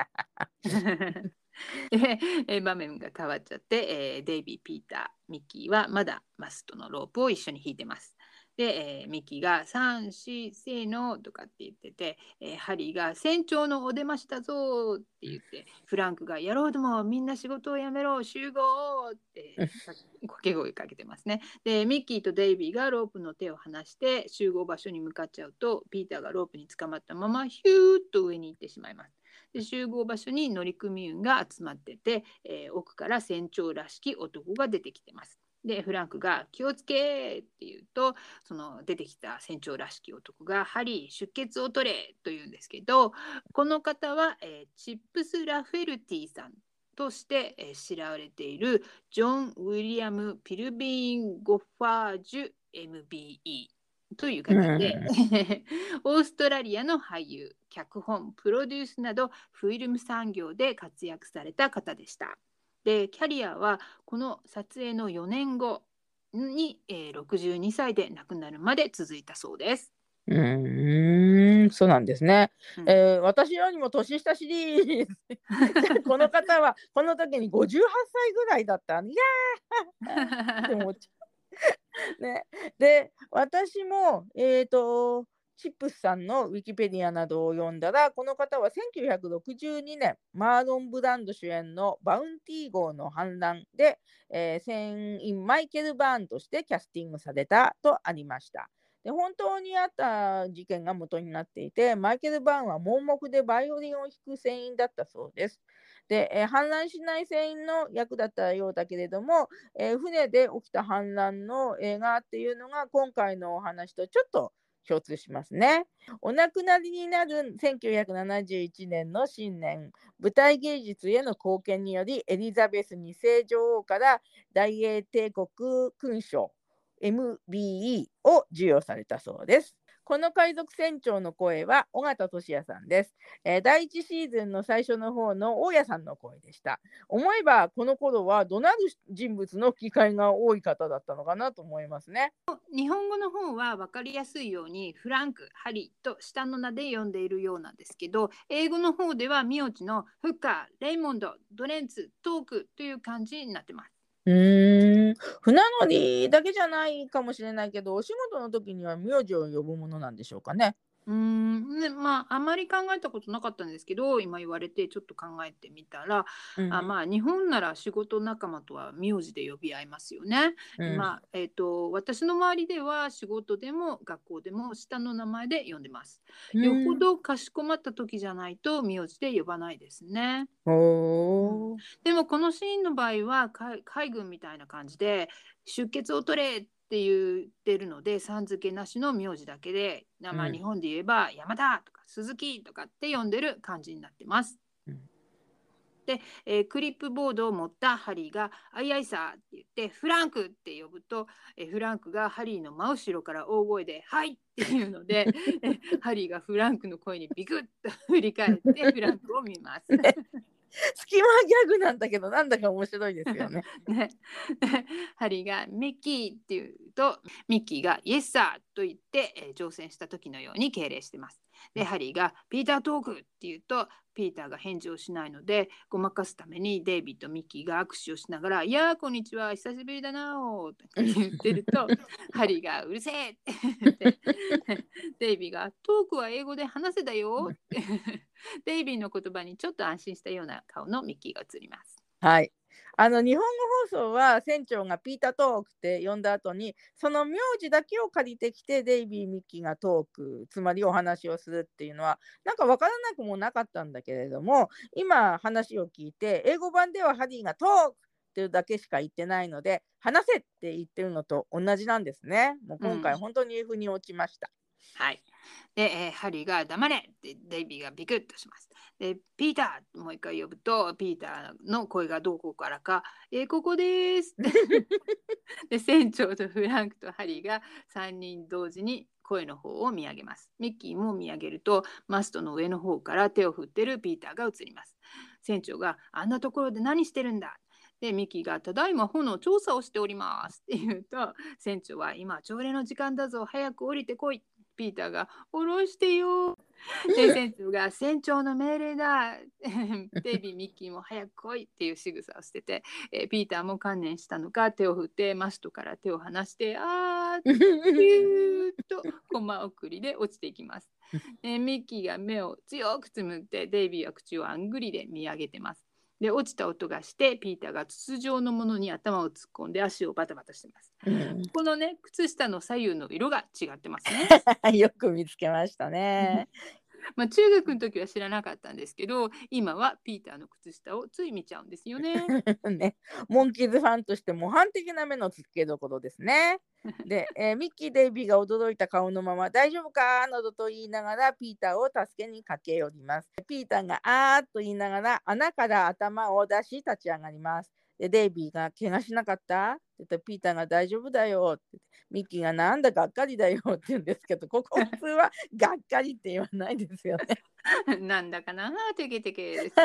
で、えー場面が変わっちゃって、えーデイビー、ピーター、ミッキーはまだマストのロープを一緒に引いてます。で、えーミッキーがさん、よん、せーのとかって言ってて、えーハリーが船長のお出ましだぞって言って、フランクがやろうともみんな仕事を辞めろ集合って掛け声かけてますね。で、ミッキーとデイビーがロープの手を離して集合場所に向かっちゃうと、ピーターがロープに捕まったままヒューッと上に行ってしまいます。で集合場所に乗組員が集まってて、えー奥から船長らしき男が出てきてます。でフランクが気をつけって言うと、その出てきた船長らしき男がハリー出血を取れと言うんですけど、この方は、えーチップス・ラフェルティさんとして、えー知られているジョン・ウィリアム・ピルビーン・ゴッファージュ エムビーイーという方で、オーストラリアの俳優、脚本、プロデュースなどフィルム産業で活躍された方でした。で、キャリアはこの撮影のよねんごに、えーろくじゅうにさいで亡くなるまで続いたそうです。 うーん、そうなんですね。 うんえー私よりも年下シリーズ。この方はこの時にごじゅうはっさいぐらいだった。いやーって思っちゃう。ね、で私も、えー、とチップスさんのウィキペディアなどを読んだら、この方はせんきゅうひゃくろくじゅうにねんマーロン・ブランド主演のバウンティー号の反乱で、えー船員マイケル・バーンとしてキャスティングされたとありました。で本当にあった事件が元になっていて、マイケル・バーンは盲目でバイオリンを弾く船員だったそうです。で、えー反乱しない船員の役だったようだけれども、えー船で起きた反乱の映画っていうのが今回のお話とちょっと共通しますね。お亡くなりになるせんきゅうひゃくななじゅういちねんの新年、舞台芸術への貢献によりエリザベスにせい女王から大英帝国勲章 エムビーイー を授与されたそうです。この海賊船長の声は尾形俊也さんです。えー、だいいちシーズンの最初の方の大家さんの声でした。思えばこの頃は怒鳴る人物の吹き替えが多い方だったのかなと思いますね。 日本語の方は分かりやすいようにフランク、ハリーと下の名で呼んでいるようなんですけど、英語の方では名字のフッカー、レイモンド、ドレンツ、トークという感じになってます。 うーん、船乗りだけじゃないかもしれないけど、お仕事の時には名字を呼ぶものなんでしょうかね。 うーんね、まああまり考えたことなかったんですけど、今言われてちょっと考えてみたら、 うんあまあ日本なら仕事仲間とは名字で呼び合いますよね。 うんまあえっ、と私の周りでは仕事でも学校でも下の名前で呼んでます。よほどかしこまった時じゃないと名字で呼ばないですね。 おーでもこのシーンの場合は海海軍みたいな感じで出血を取れって言ってるので、さん付けなしの名字だけで、まあ、 うん日本で言えば山田とか鈴木とかって呼んでる感じになってます。 うんで、えークリップボードを持ったハリーが「あいあいさ」って言ってフランクって呼ぶと、えーフランクがハリーの真後ろから大声で「はい」っていうので、えーハリーがフランクの声にビクッと振り返ってフランクを見ます。 隙間ギャグなんだけど、なんだか面白いですよね。 ね、ハリーがミッキーって言うとミッキーがイエスサーと言って、えー乗船した時のように敬礼してます。でハリーがピータートークって言うとピーターが返事をしないので、ごまかすためにデイビーとミッキーが握手をしながら「いやーこんにちは久しぶりだなお」とか言ってるとハリーが「うるせえ」って言ってデイビーが「トークは英語で話せだよ」ってデイビーの言葉にちょっと安心したような顔のミッキーが映ります。 はい。 あの日本語放送は船長がピータートークって呼んだ後にその名字だけを借りてきてデイビー・ミッキーがトーク、つまりお話をするっていうのはなんか分からなくもなかったんだけれども、今話を聞いて英語版ではハリーがトークっていうだけしか言ってないので話せって言ってるのと同じなんですね。もう今回本当に腑に落ちました。 うん、はい。で、えー、ハリーが黙れってデイビーがビクッとします。で、ピーターもう一回呼ぶとピーターの声がどこからか、えー、ここですで、船長とフランクとハリーがさんにん同時に声の方を見上げます。ミッキーも見上げるとマストの上の方から手を振ってるピーターが映ります。船長があんなところで何してるんだ。で、ミッキーがただいま炎調査をしておりますって言うと、船長は今朝礼の時間だぞ、早く降りてこい。ピーターが降ろしてよ。で、船長が船長の命令だ。デイビー、ミッキーも早く来いっていう仕草をしてて、えー、ピーターも観念したのか手を振ってマストから手を離してあーってピューッとコマ送りで落ちていきます。えー、ミッキーが目を強くつむってデイビーは口をあんぐりで見上げてます。で、落ちた音がしてピーターが筒状のものに頭を突っ込んで足をバタバタしてます。うん、このね、靴下の左右の色が違ってますね。よく見つけましたね。 まあ中学の時は知らなかったんですけど、今はピーターの靴下をつい見ちゃうんですよね。 ね、モンキーズファンとして模範的な目の付けどころですね。で、えー、ミッキー・デイビーが驚いた顔のまま大丈夫かなどと言いながらピーターを助けに駆け寄ります。ピーターがあーっと言いながら穴から頭を出し立ち上がります。で、デイビーが怪我しなかったって言ったらピーターが大丈夫だよって言って、ミッキーがなんだがっかりだよって言うんですけど、ここ普通はがっかりって言わないですよね。 なんだかなてけてけです。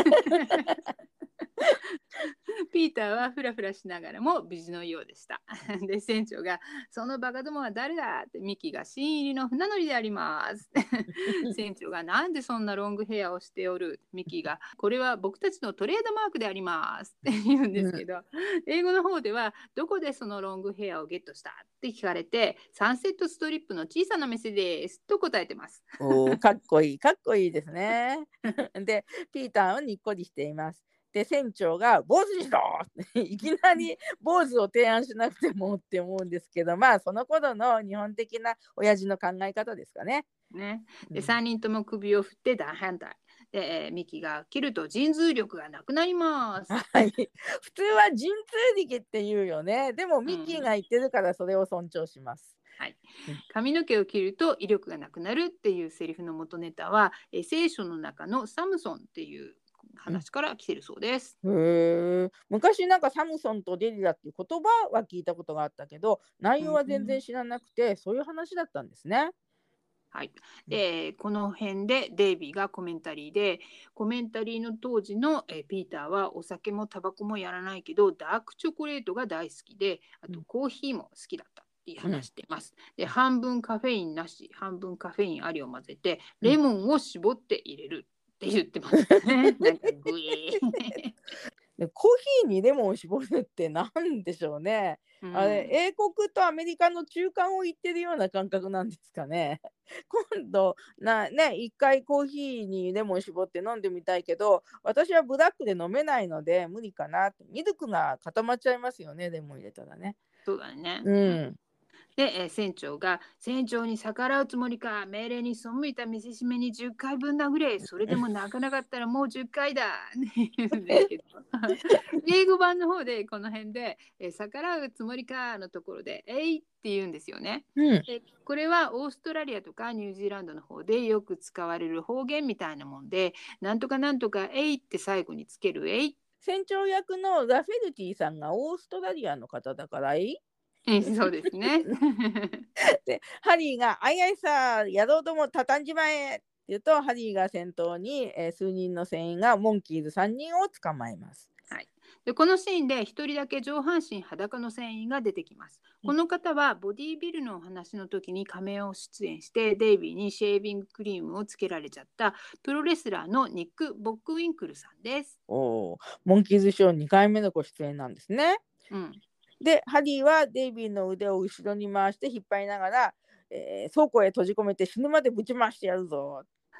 ピーターはフラフラしながらも無事のようでした。で、船長がそのバカどもは誰だってミキが新入りの船乗りであります。船長がなんでそんなロングヘアをしておる。ミキがこれは僕たちのトレードマークでありますって言うんですけど、うん、英語の方ではどこでそのロングヘアをゲットしたって聞かれてサンセットストリップの小さな店ですと答えてます。 おかっこいいかっこいいですね。で、ピーターはにっこりしています。で、船長が坊主にしろいきなり坊主を提案しなくてもって思うんですけど、まあその頃の日本的な親父の考え方ですかね。 ね、で、さんにんとも首を振って大反対で、えー、ミキが切ると神通力がなくなります。 はい、普通は神通力って言うよね。でもミキが言ってるからそれを尊重します。 うん、はい、髪の毛を切ると威力がなくなるっていうセリフの元ネタは、えー、聖書の中のサムソンっていう話から来てるそうです。 へー、昔なんかサムソンとデリラっていう言葉は聞いたことがあったけど内容は全然知らなくて、うん、そういう話だったんですね。 はい、でこの辺でデイビーがコメンタリーでコメンタリーの当時のえピーターはお酒もタバコもやらないけどダークチョコレートが大好きであとコーヒーも好きだったって話しています。うん、で半分カフェインなし半分カフェインありを混ぜてレモンを絞って入れるって言ってますね。なんかグイでコーヒーにレモンを絞るって何でしょうね。うん、あれ英国とアメリカの中間を言ってるような感覚なんですかね。今度なね一回コーヒーにレモン絞って飲んでみたいけど私はブラックで飲めないので無理かなって。ミルクが固まっちゃいますよねレモン入れたらね。 そうだね。 うん。 で、えー、船長が船長に逆らうつもりか命令に背いた見せしめにじゅっかいぶん殴れそれでも泣かなかったらもうじゅっかいだって言うんですけど英語版の方でこの辺で、えー、逆らうつもりかのところでえいって言うんですよね。うん、でこれはオーストラリアとかニュージーランドの方でよく使われる方言みたいなもんでなんとかなんとかえいって最後につけるえい。 船長役のラフェルティさんがオーストラリアの方だからえいそうですね。 でハリーが「あいあいさやろうとも畳んじまえ」って言うとハリーが先頭に、えー、数人の船員がモンキーズさんにんを捕まえます。 はい、でこのシーンでひとりだけ上半身裸の船員が出てきます。この方はボディービルのお話の時にカメオ出演してデイビーにシェービングクリームをつけられちゃったプロレスラーのニック・ボックウィンクルさんです。 おー、モンキーズショーにかいめのご出演なんですね。 うん、 でハリーはデイビーの腕を後ろに回して引っ張りながら、えー、倉庫へ閉じ込めて死ぬまでぶち回してやるぞ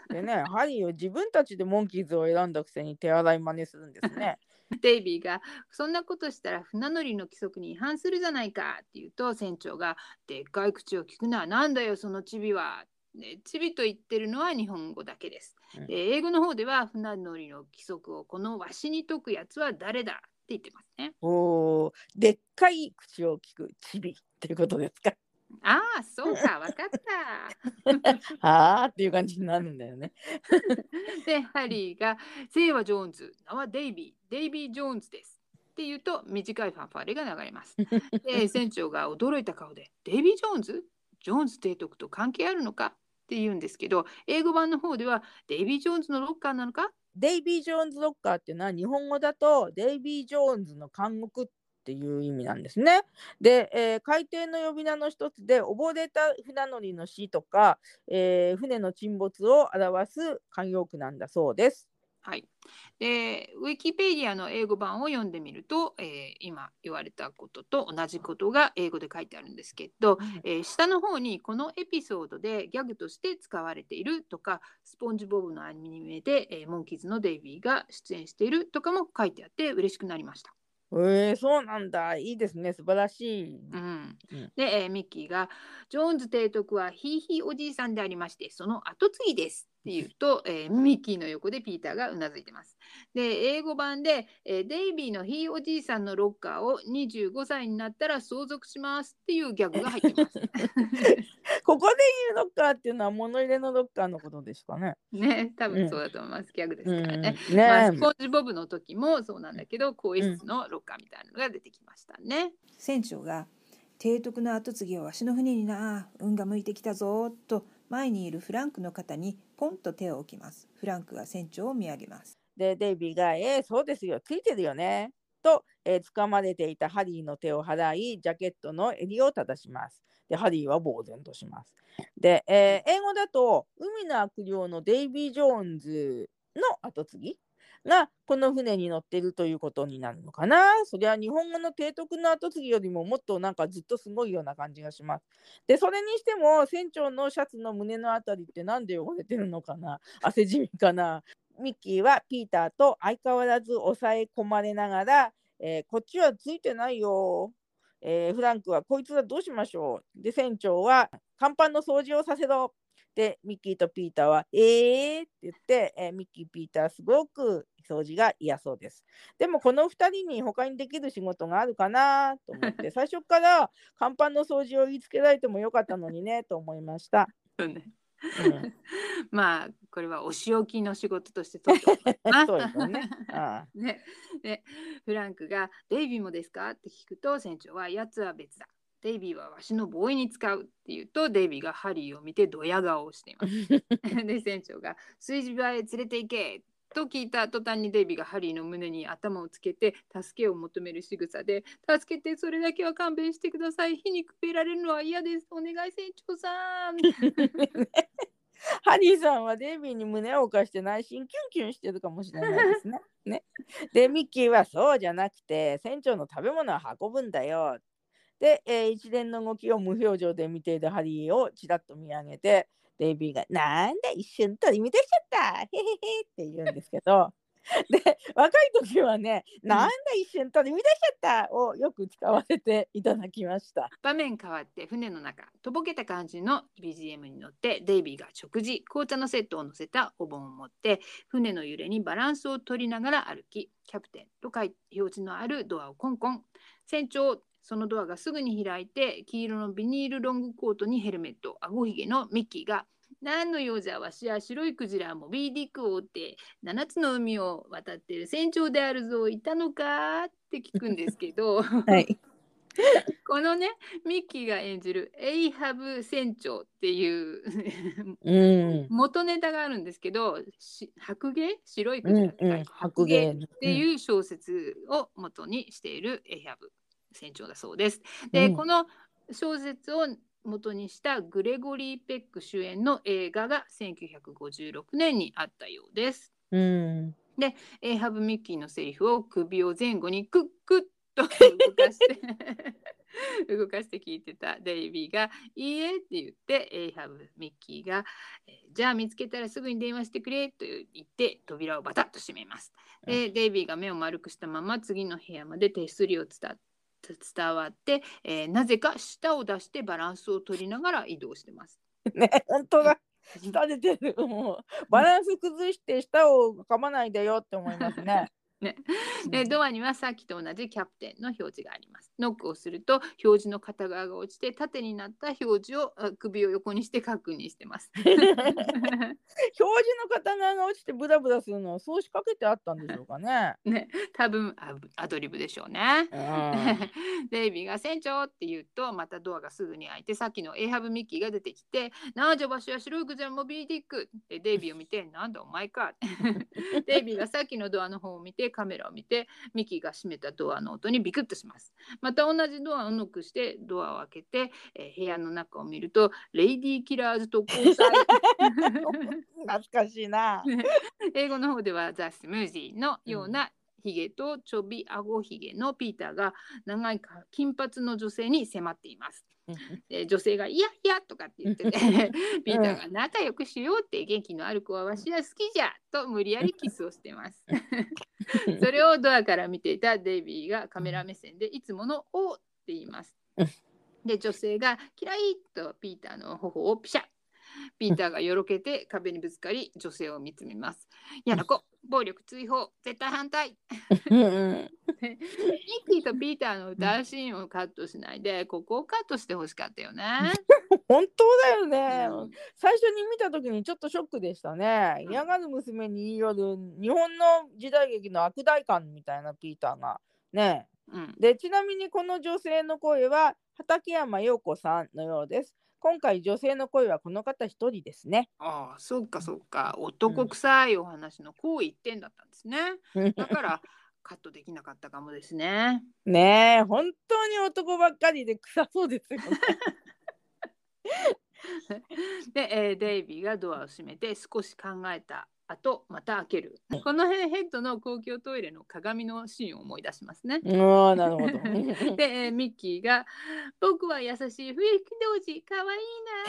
でね、ハリーを自分たちでモンキーズを選んだくせに手洗い真似するんですね。 デイビーがそんなことしたら船乗りの規則に違反するじゃないかって言うと、船長がでっかい口を聞くな、なんだよそのチビは。でチビと言ってるのは日本語だけです。で英語の方では船乗りの規則をこのわしに解くやつは誰だって言ってますね。 おー、でっかい口を聞くチビっていうことですか。 ああ、そうか、わかった。 はあっていう感じになるんだよね。 で、ハリーが、姓はジョーンズ、名はデイビー、デイビー・ジョーンズです。って言うと、短いファンファーレが流れます。で、船長が驚いた顔で、デイビー・ジョーンズジョーンズ提督と関係あるのかって言うんですけど、英語版の方では、デイビー・ジョーンズのロッカーなのか。 デイビー・ジョーンズロッカーっていうのは日本語だとデイビー・ジョーンズの監獄っていう意味なんですね。で、えー、海底の呼び名の一つで溺れた船乗りの死とか、えー、船の沈没を表す慣用句なんだそうです。 はい、でウィキペディアの英語版を読んでみると、えー、今言われたことと同じことが英語で書いてあるんですけど、うんえー、下の方にこのエピソードでギャグとして使われているとか、スポンジボブのアニメで、えー、モンキーズのデイビーが出演しているとかも書いてあって嬉しくなりました。 えー、そうなんだ。いいですね。素晴らしい。 うんうん、で、えー、ミッキーがジョーンズ提督はひいひいおじいさんでありまして、その後継ぎですって言うと、えー、ミッキーの横でピーターがうなずいてます。で、英語版で、えー、デイビーのひいおじいさんのロッカーをにじゅうごさいになったら相続しますっていうギャグが入ってます。 ここで言うロッカーっていうのは物入れのロッカーのことですかね。 ね、多分そうだと思います。うん、ギャグですからね。 うん、ね、 まあ、スポンジボブの時もそうなんだけど、更衣室のロッカーみたいなのが出てきましたね。 うん、船長が提督の後継ぎはわしの船にな、運が向いてきたぞと前にいるフランクの肩にポンと手を置きます。フランクが船長を見上げます。 で、デイビーが、えー、そうですよ、ついてるよねと、えー、掴まれていたハリーの手を払い、ジャケットの襟を正します。で、ハリーは呆然とします。で、えー、英語だと海の悪霊のデイビー・ジョーンズの後継ぎがこの船に乗っているということになるのかな。そりゃ日本語の提督の後継ぎよりももっとなんかずっとすごいような感じがします。で、それにしても船長のシャツの胸のあたりってなんで汚れてるのかな。汗じみかな。ミッキーはピーターと相変わらず抑え込まれながら、えー、こっちはついてないよ。えー、フランクはこいつはどうしましょう。で、船長は甲板の掃除をさせろ。で、ミッキーとピーターはえーって言って、えー、ミッキー、ピーターすごく掃除が嫌そうです。でもこのふたりに他にできる仕事があるかなと思って最初から甲板の掃除を言いつけられてもよかったのにねと思いました。 そうね。うん、まあこれはお仕置きの仕事として取っておきます。 そうですよね。ああねでフランクがデイビーもですかって聞くと、船長はやつは別だ。デイビーはわしのボーイに使うって言うと、デイビーがハリーを見てドヤ顔をしています。で船長が炊事場へ連れて行けと聞いた途端にデイビーがハリーの胸に頭をつけて助けを求める仕草で、助けて、それだけは勘弁してください、火にくべられるのは嫌です、お願い船長さん。 ハリーさんはデイビーに胸を貸して内心キュンキュンしてるかもしれないですね。ねでミッキーはそうじゃなくて船長の食べ物を運ぶんだよ。で、えー、一連の動きを無表情で見ているハリーをちらっと見上げて、デイビーがなんだ一瞬取り乱しちゃったへへへって言うんですけどで若い時はね、なんだ一瞬取り乱しちゃったをよく使わせていただきました。 場面変わって船の中、とぼけた感じの ビージーエム に乗ってデイビーが食事、紅茶のセットを乗せたお盆を持って船の揺れにバランスを取りながら歩き、キャプテンと書いて表示のあるドアをコンコン。船長、そのドアがすぐに開いて、黄色のビニールロングコートにヘルメット、あごひげのミッキーが、何の用じゃわしや白いクジラモビーディックを追ってななつの海を渡っている船長であるぞ、いたのかって聞くんですけど、 はい、 このねミッキーが演じるエイハブ船長っていううん元ネタがあるんですけど、白芸白いクジラって書いて、うんうん、白芸っていう小説を元にしているエイハブ船長だそうです。で、うん、この小説を元にしたグレゴリー・ペック主演の映画がせんきゅうひゃくごじゅうろくねんにあったようです。 うん、 で、エイハブ・ミッキーのセリフを首を前後にクックッと動かして動かして聞いてたデイビーが「いいえ」って言って、エイハブミッキーが「えーじゃあ見つけたらすぐに電話してくれ」と言って扉をバタッと閉めます。でデイビーが目を丸くしたまま次の部屋まで手すりを伝って伝わって、えーなぜか舌を出してバランスを取りながら移動してます。 ね、本当だ。舌出てる。もうバランス崩して舌を噛まないでよって思いますね。 ね、でドアにはさっきと同じキャプテンの表示があります。ノックをすると表示の片側が落ちて縦になった表示をあ首を横にして確認してます。 表示の片側が落ちてブラブラするのはそう仕掛けてあったんでしょうかね。 ね、多分アアドリブでしょうね。 うんデイビーが船長って言うとまたドアがすぐに開いてさっきのエイハブミッキーが出てきて「なあじゃわしは白いクジラモビリティック」ってデイビーを見て「なんだお前か」デイビーがさっきのドアの方を見てカメラを見てミッキーが閉めたドアの音にビクッとします。また同じドアをノックしてドアを開けて、えー部屋の中を見るとレイディーキラーズと交際懐かしいな。 英語の方ではザ・スムージーのようなヒゲとちょびあごひげのピーターが長い金髪の女性に迫っています。で女性が「いやいや」とかって言っててピーターが「仲良くしようって元気のある子はわしは好きじゃ」と無理やりキスをしてますそれをドアから見ていたデイビーがカメラ目線でいつもの「お」って言いますで女性が「嫌い」とピーターの頬をピシャッピーターがよろけて壁にぶつかり女性を見つめます。やな子、暴力追放、絶対反対。ミッキーとピーターの歌うシーンをカットしないで、ここをカットしてほしかったよね。 本当だよね、 うん最初に見た時にちょっとショックでしたね。 うん嫌がる娘に言い寄る日本の時代劇の悪代官みたいなピーターがね。 うんでちなみにこの女性の声は畠山陽子さんのようです。今回女性の声はこの方一人ですね。 ああ、そうかそうか。男臭いお話のこう一点だったんですね。だからカットできなかったかもですね。 ねえ本当に男ばっかりで臭そうですよね。 で、えーデイビーがドアを閉めて少し考えた後また開ける。この辺ヘッドの公共トイレの鏡のシーンを思い出しますね。 ああなるほど。 で、えーミッキーが「僕は優しい冬木童子かわいい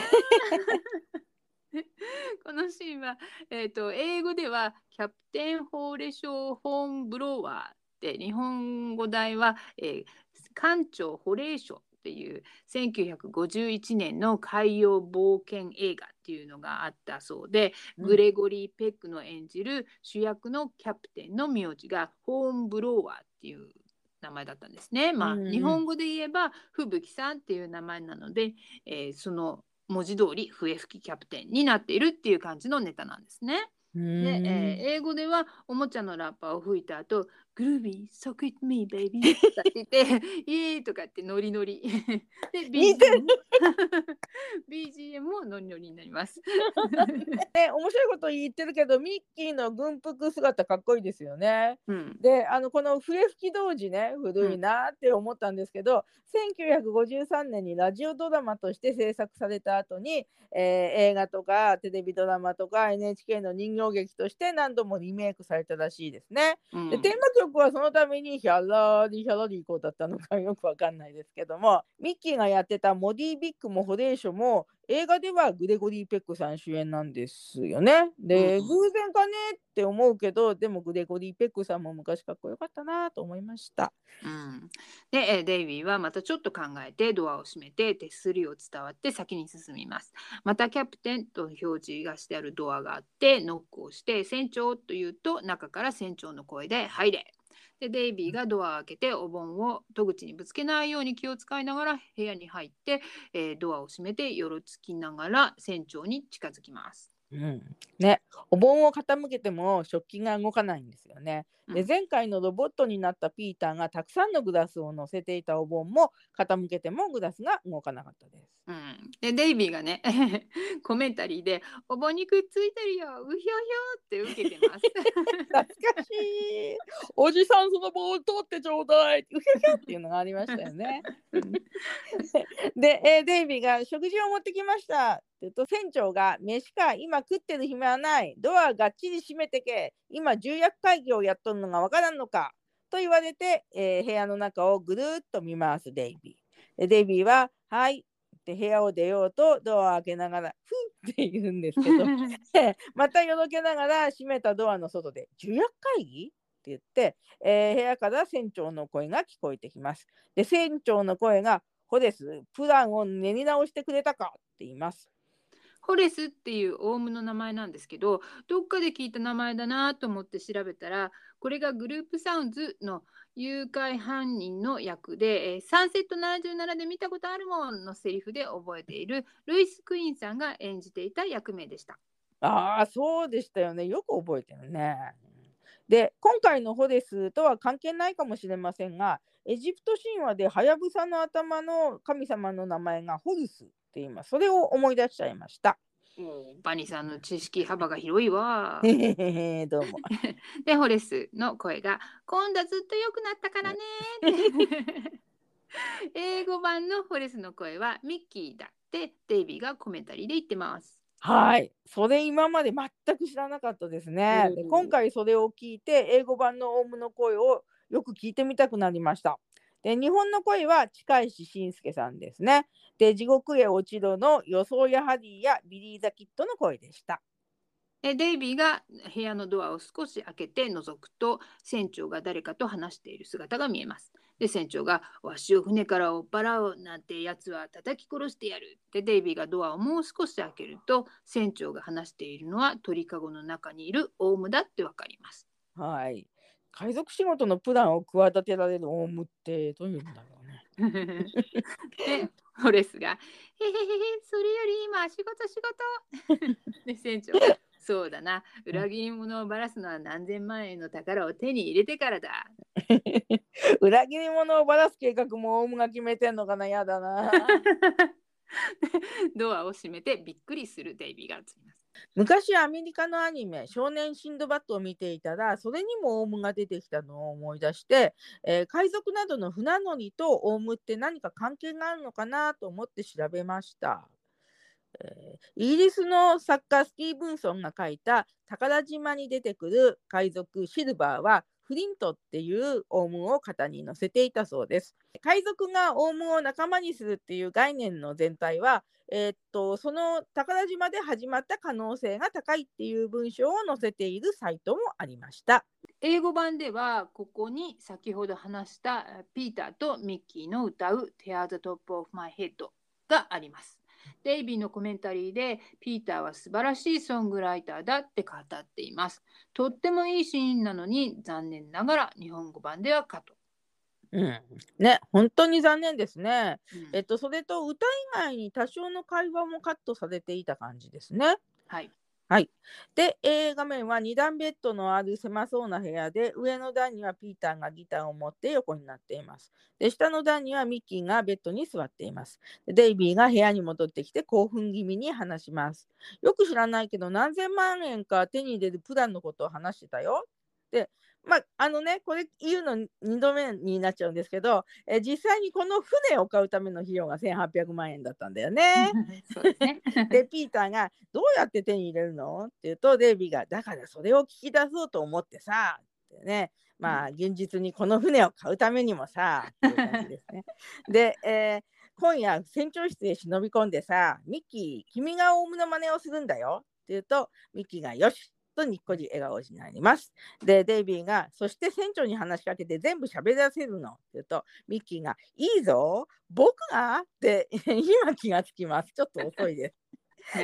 な」このシーンは、えーと、英語ではキャプテン・ホーレショー・ホーン・ブロワーって日本語題は、えー、艦長ホレーショっていうせんきゅうひゃくごじゅういちねんの海洋冒険映画っていうのがあったそうで、 うんグレゴリー・ペックの演じる主役のキャプテンの名字がホーン・ブロワーっていう名前だったんですね。まあ、 うんうん日本語で言えば吹雪さんっていう名前なので、えーその文字通り笛吹きキャプテンになっているっていう感じのネタなんですね。で、えー英語ではおもちゃのラッパーを吹いた後グルービー、ソクイットミーベイビーとかって言ってイエーイとかってノリノリで ビージーエム ビージーエム もノリノリになりますね、面白いこと言ってるけどミッキーの軍服姿かっこいいですよね。 うんであのこの笛吹き童子ね古いなって思ったんですけど、せんきゅうひゃくごじゅうさんねんにラジオドラマとして制作された後に、えー映画とかテレビドラマとか エヌエイチケー の人形劇として何度もリメイクされたらしいですね。 うんでテーマ曲はそのためにヒャラリヒャラリーコーだったのかよくわかんないですけども、ミッキーがやってたモディ・ビッグもホレーショも映画ではグレゴリー・ペックさん主演なんですよね。で、 うん偶然かねって思うけどでもグレゴリー・ペックさんも昔かっこよかったなと思いました。 うんで、えーデイビーはまたちょっと考えてドアを閉めて手すりを伝わって先に進みます。またキャプテンと表示がしてあるドアがあってノックをして船長と言うと中から船長の声で入れ。でデイビーがドアを開けてお盆を戸口にぶつけないように気を使いながら部屋に入って、えードアを閉めてよろつきながら船長に近づきます。 うんね、お盆を傾けても食器が動かないんですよね。でうん前回のロボットになったピーターがたくさんのグラスを乗せていたお盆も傾けてもグラスが動かなかったです。 うん、でデイビーがねコメンタリーで「お盆にくっついてるようひょひょ」って受けてます。 懐かしい。おじさんその棒を取ってちょうだい。うひょひょっていうのがありましたよね。で、えーデイビーが食事を持ってきましたって言うと船長が飯か今食ってる暇はない。ドアがっちり閉めてけ。今重役会議をやっとるのがわからんのか。と言われて、えー部屋の中をぐるっと見回すデイビー。 でデイビーははいって部屋を出ようとドアを開けながらふんって言うんですけどまたよろけながら閉めたドアの外で重役会議って言って、えー、部屋から船長の声が聞こえてきます。で船長の声がホレスプランを練り直してくれたかって言います。 ホレスっていうオウムの名前なんですけど、どっかで聞いた名前だなと思って調べたら、これがグループサウンズの誘拐犯人の役で、えーサンセットななじゅうななで見たことあるもんのセリフで覚えているルイス・クイーンさんが演じていた役名でした。 ああそうでしたよね。よく覚えてるね。で今回のホレスとは関係ないかもしれませんが、エジプト神話でハヤブサの頭の神様の名前がホルスって言います。それを思い出しちゃいました。 バニさんの知識幅が広いわ。 へへへへどうも。 でホレスの声が今度はずっと良くなったからねって英語版のホレスの声はミッキーだってデイビーがコメンタリーで言ってます。 はい、それ今まで全く知らなかったですね。で今回それを聞いて英語版のオウムの声をよく聞いてみたくなりました。で日本の声は近石真介さんですね。で地獄へ落ちろの予想やハリーやビリー・ザ・キッドの声でした。 えデイビーが部屋のドアを少し開けて覗くと船長が誰かと話している姿が見えます。で船長がわしを船から追っ払おうなんてやつは叩き殺してやる。でデイビーがドアをもう少し開けると船長が話しているのは鳥かごの中にいるオウムだってわかります。 はい。海賊仕事のプランを企てられるオウムってどういうんだろうね。 でホレスが「へへへへそれより今仕事仕事」で船長が「そうだな裏切り者をばらすのは何千万円の宝を手に入れてからだ」 裏切り者をばらす計画もオウムが決めてんのかな。やだな。 ドアを閉めてびっくりするデイビーが映ります。 昔アメリカのアニメ少年シンドバッドを見ていたらそれにもオウムが出てきたのを思い出して、えー海賊などの船乗りとオウムって何か関係があるのかなと思って調べました。えーイギリスの作家スティーブンソンが書いた宝島に出てくる海賊シルバーはフリントっていうオウムを型に乗せていたそうです。海賊がオウムを仲間にするっていう概念の全体は、えーっとその宝島で始まった可能性が高いっていう文章を載せているサイトもありました。 英語版ではここに先ほど話したピーターとミッキーの歌う Tear the Top of My Head があります。デイビーのコメンタリーでピーターは素晴らしいソングライターだって語っています。とってもいいシーンなのに残念ながら日本語版ではカット。 うんね、本当に残念ですね。 うんえっと、それと歌以外に多少の会話もカットされていた感じですね。 はいはい。で、えー画面はに段ベッドのある狭そうな部屋で、上の段にはピーターがギターを持って横になっています。で、下の段にはミッキーがベッドに座っています。でデイビーが部屋に戻ってきて興奮気味に話します。よく知らないけど何千万円か手に入れるプランのことを話してたよ。で、まあ、あのね、これ言うのにどめになっちゃうんですけど、え実際にこの船を買うための費用がせんはっぴゃくまんえんだったんだよね。 そうですね。 で、ピーターがどうやって手に入れるのって言うと、デイビーがだからそれを聞き出そうと思ってさ、ってね、まあ現実にこの船を買うためにもさ、っていう感じですね。で、えー今夜船長室へ忍び込んでさ、ミッキー、君がオウムの真似をするんだよって言うと、ミッキーがよしとにっこり笑顔になります。で、デイビーが、そして船長に話しかけて全部喋らせるのって言うと、ミッキーが、いいぞ、僕がって今気がつきます。ちょっと遅いです。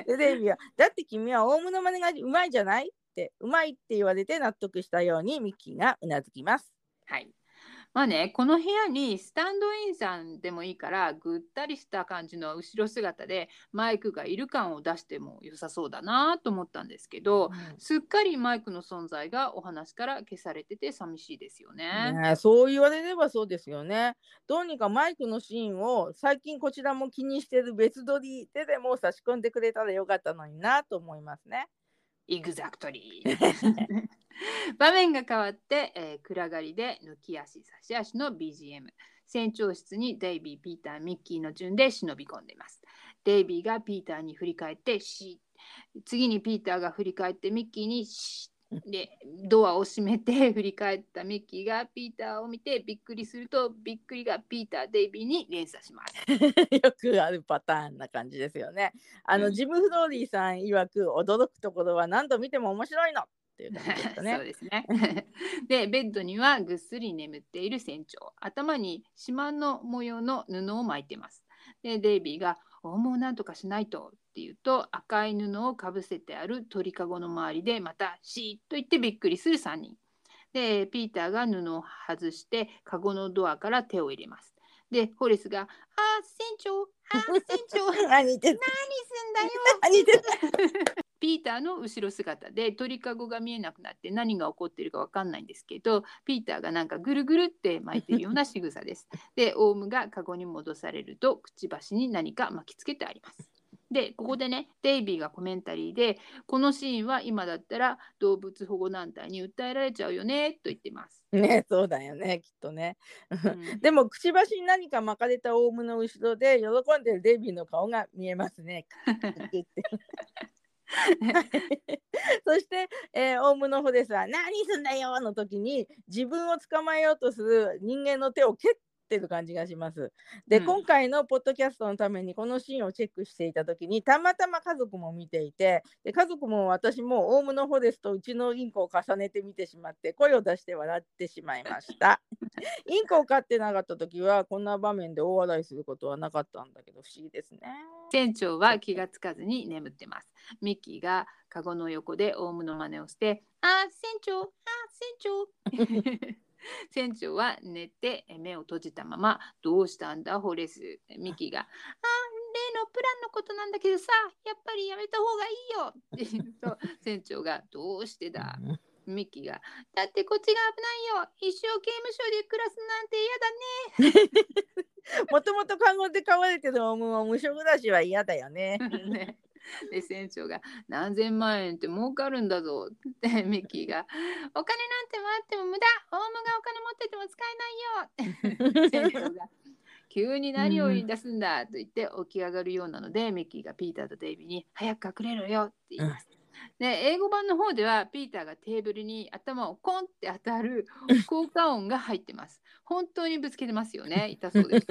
で、デイビーは、だって君はオウムの真似がうまいじゃないって、うまいって言われて納得したようにミッキーがうなずきます。 はい。まあね、この部屋にスタンドインさんでもいいからぐったりした感じの後ろ姿でマイクがいる感を出しても良さそうだなと思ったんですけど、 うんすっかりマイクの存在がお話から消されてて寂しいですよね。 ねえそう言われればそうですよね。どうにかマイクのシーンを最近こちらも気にしてる別撮りででも差し込んでくれたらよかったのになと思いますね。 エグザクトリー。場面が変わって、えー暗がりで抜き足差し足の ビージーエム。船長室にデイビー、ピーター、ミッキーの順で忍び込んでいます。デイビーがピーターに振り返ってシー。次にピーターが振り返ってミッキーにシでドアを閉めて振り返ったミッキーがピーターを見てびっくりすると、びっくりがピーター、デイビーに連鎖します。 よくあるパターンな感じですよね。あの、うん、ジム・フローリーさん曰く驚くところは何度見ても面白いのっていう感じでしたね。 そうですね。でベッドにはぐっすり眠っている船長、頭に島の模様の布を巻いてます。でデイビーがオウムをなんとかしないとって言うと、赤い布をかぶせてある鳥かごの周りでまたシーッと言ってびっくりするさんにんで、ピーターが布を外してかごのドアから手を入れます。でホレスが「あー船長、あー船長何すんだよ」ピーターの後ろ姿で鳥かごが見えなくなって何が起こっているか分かんないんですけど、ピーターがなんかぐるぐるって巻いてるような仕草です。でオウムがかごに戻されるとくちばしに何か巻きつけてあります。でここでね、デイビーがコメンタリーで、このシーンは今だったら動物保護団体に訴えられちゃうよねと言ってます。 ね、そうだよね、きっとね。うん、でもくちばしに何か巻かれたオウムの後ろで喜んでるデイビーの顔が見えますね。そして、えー、オウムのホレスは何すんだよの時に自分を捕まえようとする人間の手を蹴ってる感じがします。で、うん、今回のポッドキャストのためにこのシーンをチェックしていた時にたまたま家族も見ていて、で家族も私もオウムのホレスとうちのインコを重ねて見てしまって声を出して笑ってしまいました。インコを飼ってなかった時はこんな場面で大笑いすることはなかったんだけど不思議ですね。 船長は気がつかずに眠ってます。ミッキーがカゴの横でオウムの真似をして、あー船長、あー船長船長は寝て目を閉じたまま、どうしたんだホレス。ミッキーが、あー例のプランのことなんだけどさ、やっぱりやめた方がいいよって言うと、船長がどうしてだミッキーが、だってこっちが危ないよ、一生刑務所で暮らすなんて嫌だね。 もともと看護で飼われてるオウムも無所暮らしは嫌だよね。 ねで船長が何千万円って儲かるんだぞってミッキーが、お金なんてもらっても無駄、オウムがお金持ってても使えないよ船長が急に何を言い出すんだと言って起き上がるようなので、ミッキーがピーターとデイビーに早く隠れろよって言います。で英語版の方ではピーターがテーブルに頭をコンって当たる効果音が入ってます。本当にぶつけてますよね。痛そうです。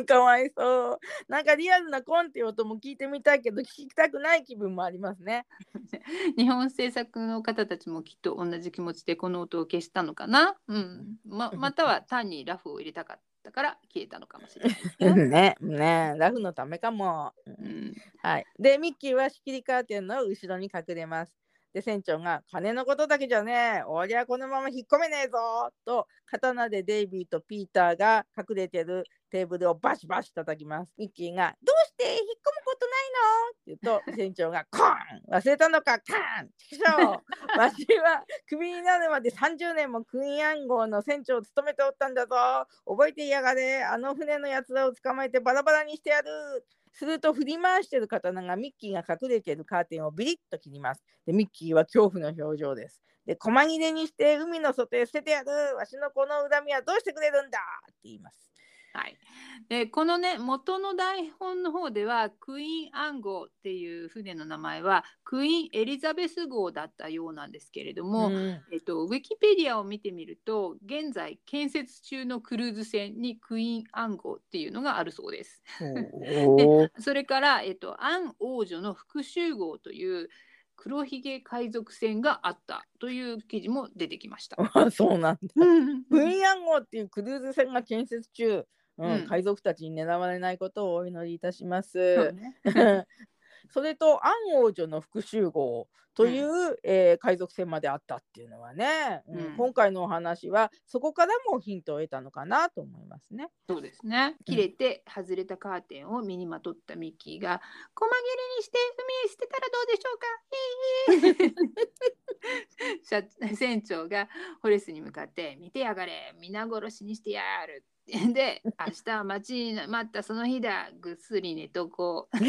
かわいそう。なんかリアルなコンっていう音も聞いてみたいけど聞きたくない気分もありますね。 日本制作の方たちもきっと同じ気持ちでこの音を消したのかな、うんま、または単にラフを入れたかったから消えたのかもしれないですけどね。ねラフのためかも、うんはい、でミッキーは仕切りカーテンの後ろに隠れます。で船長が金のことだけじゃねえ、おりゃこのまま引っ込めねえぞと刀でデイビーとピーターが隠れてるテーブルをバシバシ叩きます。ミッキーがどうして引っ込むことないのって言うと船長がコーン忘れたのかカーンちくしょうわしはクビになるまでさんじゅうねんもクイーン暗号の船長を務めておったんだぞ、覚えていやがれ、あの船のやつらを捕まえてバラバラにしてやる。すると振り回している刀がミッキーが隠れているカーテンをビリッと切ります。でミッキーは恐怖の表情です。で細切れにして海の外へ捨ててやる、わしのこの恨みはどうしてくれるんだって言います。 はい、でこのね元の台本の方ではクイーン暗号っていう船の名前はクイーンエリザベス号だったようなんですけれども、うんえっと、ウィキペディアを見てみると現在建設中のクルーズ船にクイーン暗号っていうのがあるそうです。でそれから、えっと、アン王女の復讐号という黒ひげ海賊船があったという記事も出てきました。 あそうなんだ。クイーン暗号っていうクルーズ船が建設中、うんうん、海賊たちに狙われないことをお祈りいたします。ね、それとアン王女の復讐号という、うんえー、海賊船まであったっていうのはね、うんうん、今回のお話はそこからもヒントを得たのかなと思いますね。 そうですね。切れて外れたカーテンを身にまとったミッキーが細切れにして海へ捨てたらどうでしょうか船長がホレスに向かって見てやがれ、皆殺しにしてやるで明日は待ちに待ったその日だ、ぐっすり寝とこう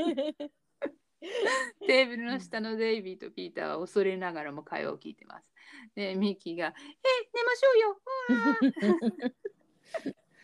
テーブルの下のデイビーとピーターは恐れながらも会話を聞いてます。でミッキーがえ寝ましょうよ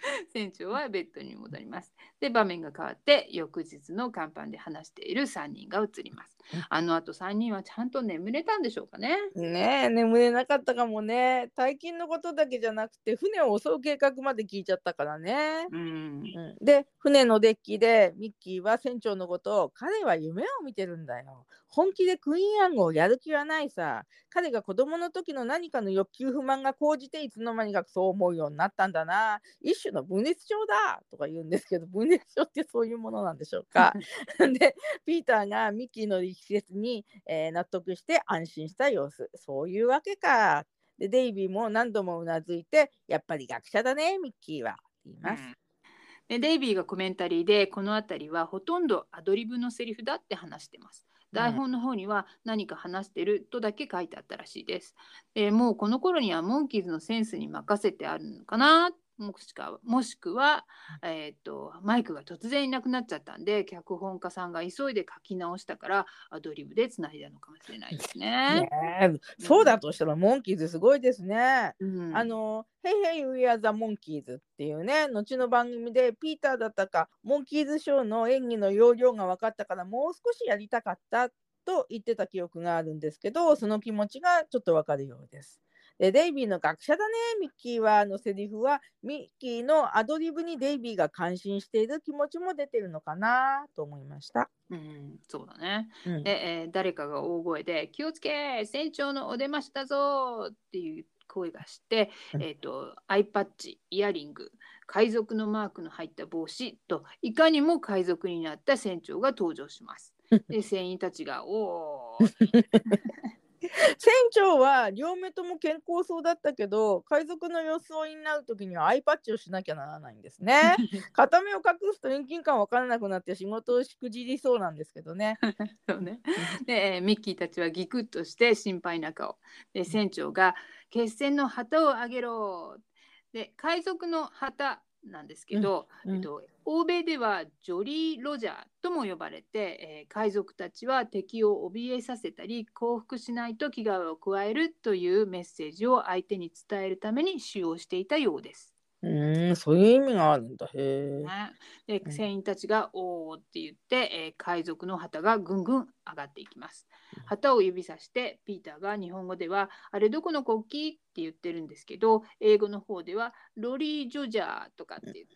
船長はベッドに戻ります。で、場面が変わって翌日の甲板で話しているさんにんが映ります。あのあとさんにんはちゃんと眠れたんでしょうかね。 ねえ、眠れなかったかもね。大金のことだけじゃなくて船を襲う計画まで聞いちゃったからね。 うん、 うん、で、船のデッキでミッキーは船長のことを、彼は夢を見てるんだよ。本気でクイーン暗号をやる気はないさ。彼が子供の時の何かの欲求不満が高じていつの間にかそう思うようになったんだな。一種の分裂症だとか言うんですけど、分裂症ってそういうものなんでしょうか。で、ピーターがミッキーの力説に、えー納得して安心した様子。そういうわけか。で、デイビーも何度もうなずいて、やっぱり学者だね、ミッキーは。言います。 うんでデイビーがコメンタリーでこの辺りはほとんどアドリブのセリフだって話してます。台本の方には何か話してるとだけ書いてあったらしいです。でもうこの頃にはモンキーズのセンスに任せてあるのかな、もしくは、もしくは、えー、とマイクが突然いなくなっちゃったんで脚本家さんが急いで書き直したからアドリブでつないだのかもしれないですね。 ねえ、そうだとしたらモンキーズすごいですね。 うん、 あの「Hey Hey We Are the Monkeys」っていうね、後の番組でピーターだったかモンキーズショーの演技の要領が分かったからもう少しやりたかったと言ってた記憶があるんですけど、その気持ちがちょっと分かるようです。で、デイビーの学者だねミッキーはのセリフはミッキーのアドリブにデイビーが感心している気持ちも出てるのかなと思いました。 うん、そうだね。 うんで、えー誰かが大声で「気をつけ船長のお出ましだぞ!」っていう声がして、 うんえー、とアイパッチ、イヤリング、海賊のマークの入った帽子といかにも海賊になった船長が登場します。で船員たちが「おー!」 船長は両目とも健康そうだったけど、海賊の装いになるときにはアイパッチをしなきゃならないんですね。片目を隠すと遠近感わからなくなって仕事をしくじりそうなんですけどね。 そうね。で、えーミッキーたちはギクッとして心配な顔。で、船長が決戦の旗を上げろ。で、海賊の旗なんですけど、 うんうんえっと、欧米ではジョリー・ロジャーとも呼ばれて、えー海賊たちは敵を怯えさせたり降伏しないと危害を加えるというメッセージを相手に伝えるために使用していたようです。 うーん、そういう意味があるんだ。へえ。 ね、でうん船員たちが「おー」って言って、えー海賊の旗がぐんぐん上がっていきます。旗を指さしてピーターが日本語では「あれどこの国旗?」って言ってるんですけど、英語の方では「ロリー・ジョジャー」とかって言って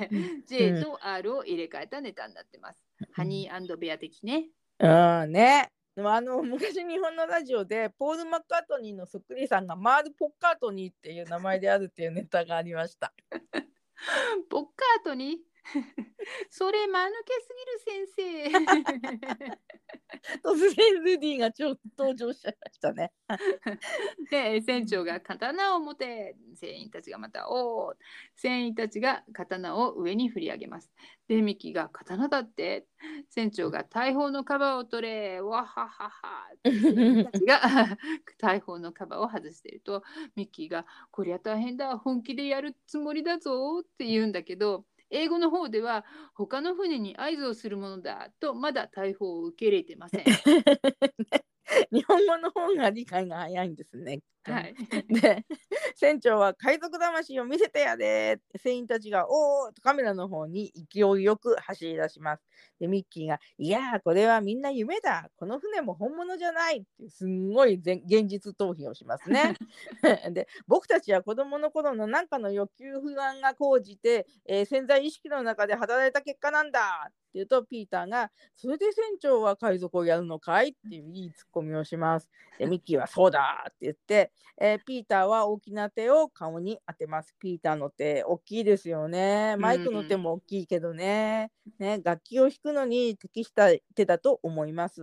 J と R を入れ替えたネタになってます。ハニー&ベア的ね。 ああね。でもあの昔日本のラジオでポール・マッカートニーのそっくりさんがマール・ポッカートニーっていう名前であるっていうネタがありました。 ポッカートにそれ間抜けすぎる先生。 突然ルディがちょっと登場しちゃいましたね。 で船長が刀を持て、船員たちがまたおー、船員たちが刀を上に振り上げます。でミキが刀だって、船長が大砲のカバーを取れ、わははは。船員たちが大砲のカバーを外しているとミッキーがこりゃ大変だ、本気でやるつもりだぞって言うんだけど、英語の方では他の船に合図をするものだとまだ大砲を受け入れてません。 日本語の方が理解が早いんですね。 はい、 で船長は海賊魂を見せてやで、船員たちがおーとカメラの方に勢いよく走り出します。でミッキーがいやーこれはみんな夢だ、この船も本物じゃないってすんごい現実逃避をしますね。で僕たちは子供の頃の何かの欲求不安が高じて、えー潜在意識の中で働いた結果なんだって言うとピーターがそれで船長は海賊をやるのかいっていういいツッコミをします。でミッキーはそうだって言って、えーピーターは大きな手を顔に当てます。ピーターの手大きいですよね。マイクの手も大きいけどね、ね楽器を弾くのに適した手だと思います。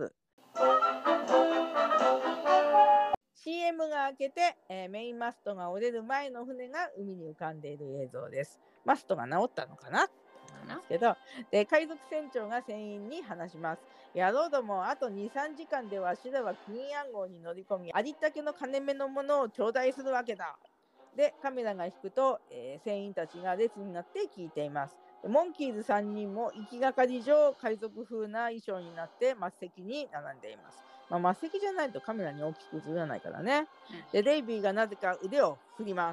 シーエム が明けて、えーメインマストが折れる前の船が海に浮かんでいる映像です。マストが直ったのかななんですけど、で海賊船長が船員に話します。野郎ども、あとに、さんじかんでわしらはクイーン暗号に乗り込み、ありったけの金目のものを頂戴するわけだ。でカメラが引くと、えー船員たちが列になって聞いています。でモンキーズさんにんも行きがかり上海賊風な衣装になって末席に並んでいます。まあ、末席じゃないとカメラに大きく映らないからね。でデイビーがなぜか腕を振ります。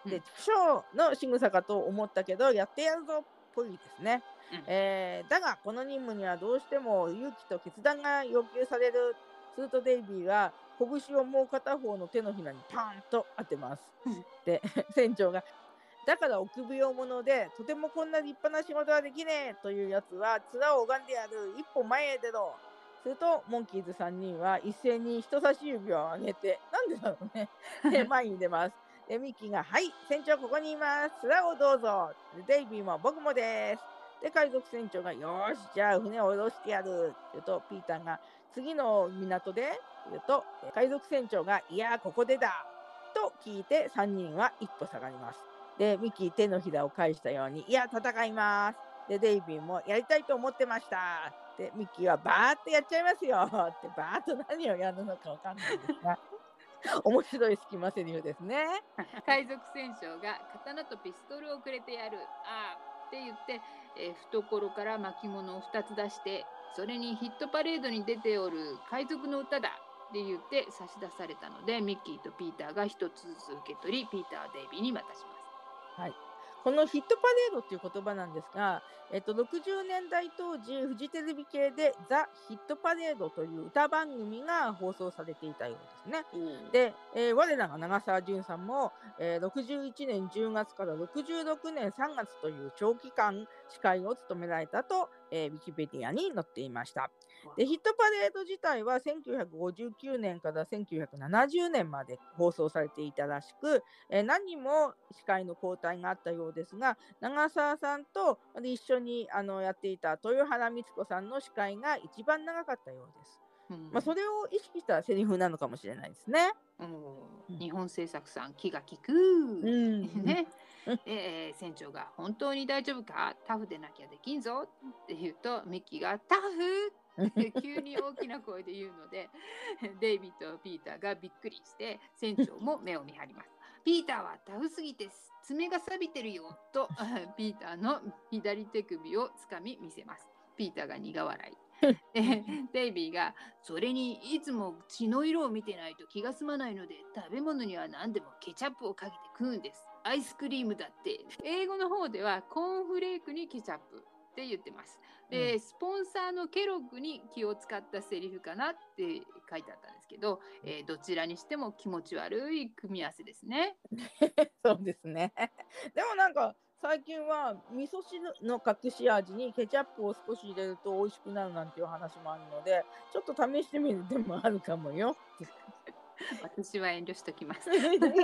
で、畜生の仕草かと思ったけど、やってやるぞっぽいですね。うん、えー、だが、この任務にはどうしても勇気と決断が要求される。するとデイビーが拳をもう片方の手のひらにパンと当てます。で、船長が、だから臆病者で、とてもこんな立派な仕事はできねえというやつは、面を拝んでやる、一歩前へ出ろ。すると、モンキーズさんにんは一斉に人差し指を上げて、なんでだろうね、で前に出ます。で、ミッキーが、はい、船長ここにいます。面をどうぞ。で、デイビーも僕もです。で、海賊船長が、よーし、じゃあ船を下ろしてやる。言うと、ピーターが、次の港で言うと、海賊船長が、いや、ここでだ。と聞いて、さんにんは一歩下がります。で、ミッキー手のひらを返したように、いや、戦います。で、デイビーも、やりたいと思ってました。で、ミッキーは、バーってやっちゃいますよ。って、バーっと何をやるのかわかんないですが。面白い隙間セリフですね。 海賊船長が刀とピストルをくれてやる。ああって言って、えー、懐から巻物をふたつ出して、それにヒットパレードに出ておる海賊の歌だって言って差し出されたので、ミッキーとピーターが一つずつ受け取り、ピーターはデイビーに渡します。 はい。このヒットパレードっていう言葉なんですが、えっと、ろくじゅうねんだい当時、フジテレビ系でザ・ヒットパレードという歌番組が放送されていたようですね。うん、で、えー、我らが長澤淳さんも、えー、ろくじゅういちねんじゅうがつからろくじゅうろくねんさんがつという長期間司会を務められたと、えー、ウィキペディアに載っていました。で、ヒットパレード自体はせんきゅうひゃくごじゅうきゅうねんからせんきゅうひゃくななじゅうねんまで放送されていたらしく、えー、何人も司会の交代があったようですが、長澤さんと一緒にあのやっていた豊原光子さんの司会が一番長かったようです。うん、まあ、それを意識したセリフなのかもしれないですね。 うん、日本製作さん気が利く、うんねえー、船長が本当に大丈夫か、タフでなきゃできんぞって言うと、ミッキーがタフって急に大きな声で言うのでデイビーとピーターがびっくりして、船長も目を見張ります。ピーターはタフすぎて爪が錆びてるよとピーターの左手首をつかみ見せます。ピーターが苦笑いデイビーが、それにいつも血の色を見てないと気が済まないので、食べ物には何でもケチャップをかけて食うんです。アイスクリームだって。英語の方ではコーンフレークにケチャップって言ってます。で、スポンサーのケロッグに気を使ったセリフかなって書いてあったんですけど、えー、どちらにしても気持ち悪い組み合わせですね。 そうですね。でもなんか最近は味噌汁の隠し味にケチャップを少し入れると美味しくなるなんていう話もあるので、ちょっと試してみる手もあるかもよ。 私は遠慮しときます。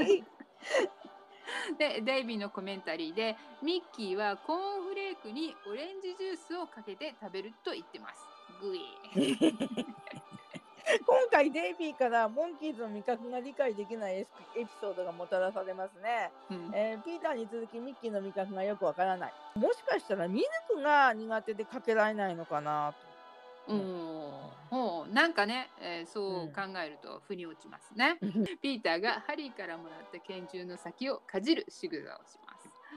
で、デイビーのコメンタリーで、ミッキーはコーンフレークにオレンジジュースをかけて食べると言ってます。グイ今回デイビーからモンキーズの味覚が理解できないエピソードがもたらされますね。うんえー、ピーターに続きミッキーの味覚がよくわからない。もしかしたらミルクが苦手でかけられないのかなと。うん、なんかね、えー、そう考えると腑に落ちますね。うん、ピーターがハリーからもらった拳銃の先をかじる仕草をします。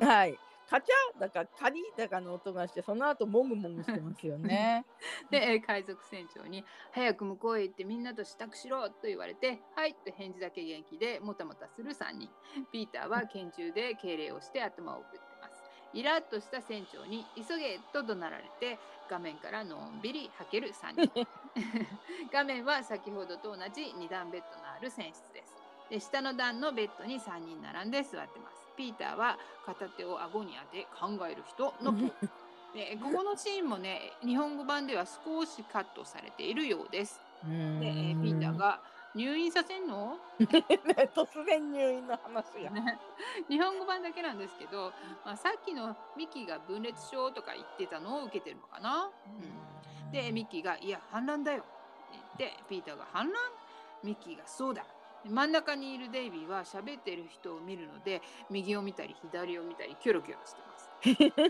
はい。カチャだかカリだかの音がして、その後もぐもぐしてますよね。 で、海賊船長に早く向こうへ行ってみんなと支度しろと言われて、はいと返事だけ元気でもたもたするさんにん。ピーターは拳銃で敬礼をして頭を振ってます。イラッとした船長に急げと怒鳴られて、画面からのんびりはけるさんにん。画面は先ほどと同じに段ベッドのある船室です。で、下の段のベッドにさんにん並んで座ってます。ピーターは片手を顎に当て考える人のポーズ。で、ここのシーンもね、日本語版では少しカットされているようです。で、ピーターが入院させんの突然入院の話が、 ね、日本語版だけなんですけど、まあ、さっきのミッキーが分裂症とか言ってたのを受けてるのかな。うん、で、ミッキーがいや反乱だよって言って、ピーターが反乱？ミッキーがそうだ。真ん中にいるデイビーは喋ってる人を見るので、右を見たり左を見たりキョロキョロしてます。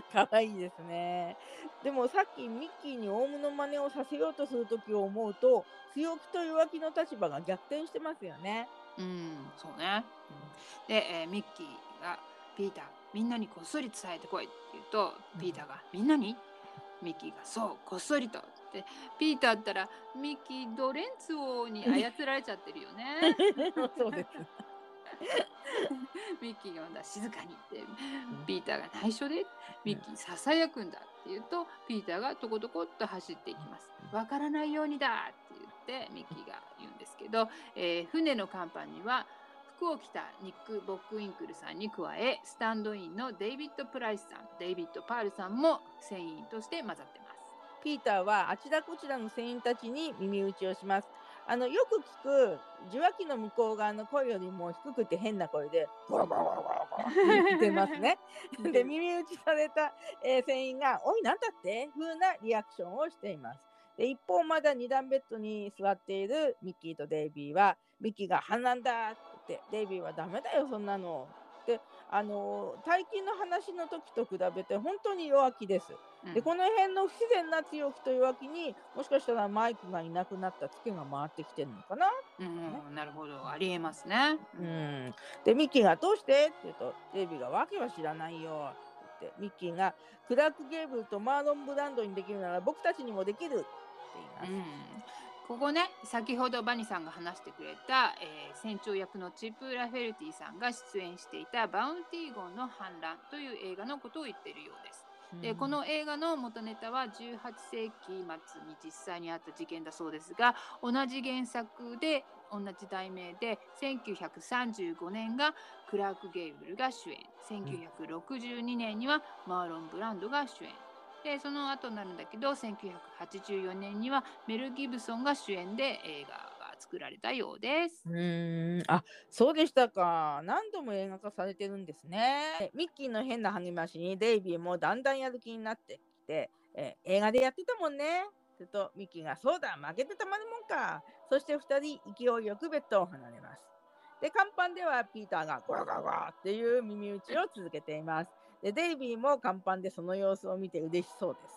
かわいいですね。でもさっきミッキーにオウムの真似をさせようとするときを思うと、強気と弱気の立場が逆転してますよね。 うん、そうね。うん、で、えー、ミッキーがピーターみんなにこっそり伝えてこいって言うと、ピーターがみんなに？ミッキーがそうこっそりと。でピーターったらミッキードレンツ王に操られちゃってるよね。 そうです。 ミッキーがまだ静かにって、ピーターが内緒でミッキーささやくんだって言うと、ピーターがトコトコっと走っていきます。わからないようにだって言ってミッキーが言うんですけど、えー、船の甲板には服を着たニック・ボックウィンクルさんに加え、スタンドインのデイビッド・プライスさん、デイビッド・パールさんも船員として混ざってます。 ピーターはあちらこちらの船員たちに耳打ちをします。あのよく聞く受話器の向こう側の声よりも低くて変な声でゴロゴロゴロゴロって言ってますね。で、耳打ちされた、えー、船員が「おい、なんだって?」風なリアクションをしています。で、一方まだに段ベッドに座っているミッキーとデイビーは、ミッキーが「反乱だ!」って言って、デイビーは「ダメだよそんなの」で、あの大金の話の時と比べて本当に弱気です。で、この辺の不自然な強気と弱気に、もしかしたらマイクがいなくなったツケが回ってきてるのかな。 うん、なるほど、ありえますね。 うん、で、ミッキーがどうしてって言うと、デイビーがわけは知らないよって言って、ミッキーがクラーク・ゲーブルとマーロン・ブランドにできるなら僕たちにもできるって言います。 うん、ここね、先ほどバニさんが話してくれた、えー、船長役のチップ・ラフェルティさんが出演していたバウンティー号の反乱という映画のことを言っているようです。で、この映画の元ネタはじゅうはっせいきまつに実際にあった事件だそうですが、同じ原作で同じ題名でせんきゅうひゃくさんじゅうごねんがクラーク・ゲイブルが主演、せんきゅうひゃくろくじゅうにねんにはマーロン・ブランドが主演で、その後になるんだけどせんきゅうひゃくはちじゅうよねんにはメル・ギブソンが主演で映画が作られたようです。 うーん、あ、そうでしたか。何度も映画化されてるんですね。ミッキーの変な励ましにデイビーもだんだんやる気になってきて、えー映画でやってたもんね。するとミッキーがそうだ、負けてたまるもんか。そしてふたり勢いよくベッドを離れます。で、甲板ではピーターがゴロゴロゴロっていう耳打ちを続けています。で、デイビーも甲板でその様子を見て嬉しそうです。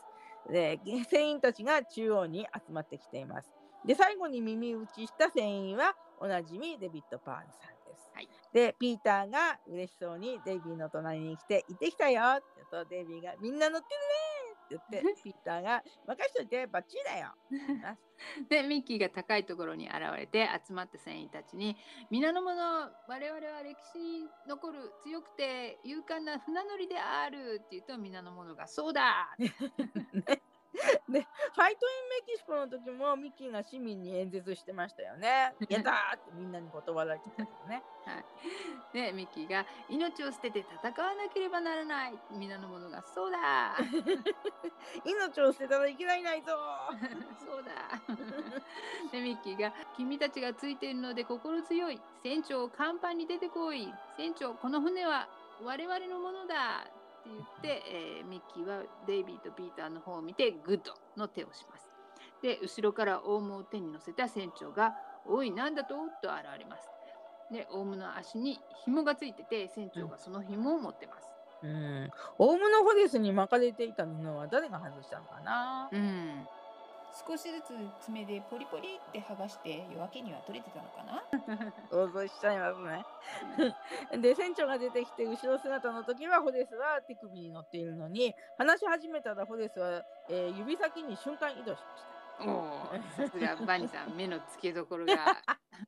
で、船員たちが中央に集まってきています。で、最後に耳打ちした船員はおなじみデビッド・パールさんです。 はい、 で、ピーターが嬉しそうにデイビーの隣に来て行ってきたよって言うと、デイビーがみんな乗ってるねって言って、ピーターが任しといてバッチリだよで、ミッキーが高いところに現れて集まった船員たちに、皆の者、我々は歴史に残る強くて勇敢な船乗りであるって言うと、皆の者がそうだねで、ファイトインメキシコの時もミッキーが市民に演説してましたよね。やったーってみんなに断られてたけどね。 はい、で、ミッキーが命を捨てて戦わなければならない。皆の者がそうだ命を捨てたらいけないないぞそうだで、ミッキーが君たちがついているので心強い。船長、甲板に出てこい。船長、この船は我々のものだって言って、えー、ミッキーはデイビーとピーターの方を見てグッドの手をします。で、後ろからオウムを手に乗せた船長がおい、なんだとと現れます。で、オウムの足に紐がついてて、船長がその紐を持ってます。 うん、オウムのホデスに巻かれていた布は誰が外したのかな。 うん、 少しずつ爪でポリポリって剥がして夜明けには取れてたのかな。 想像しちゃいますねで、船長が出てきて後ろ姿の時はホデスは手首に乗っているのに、話し始めたらホデスは、えー、指先に瞬間移動しました。 おお、さすがバニさん、目の付けどころが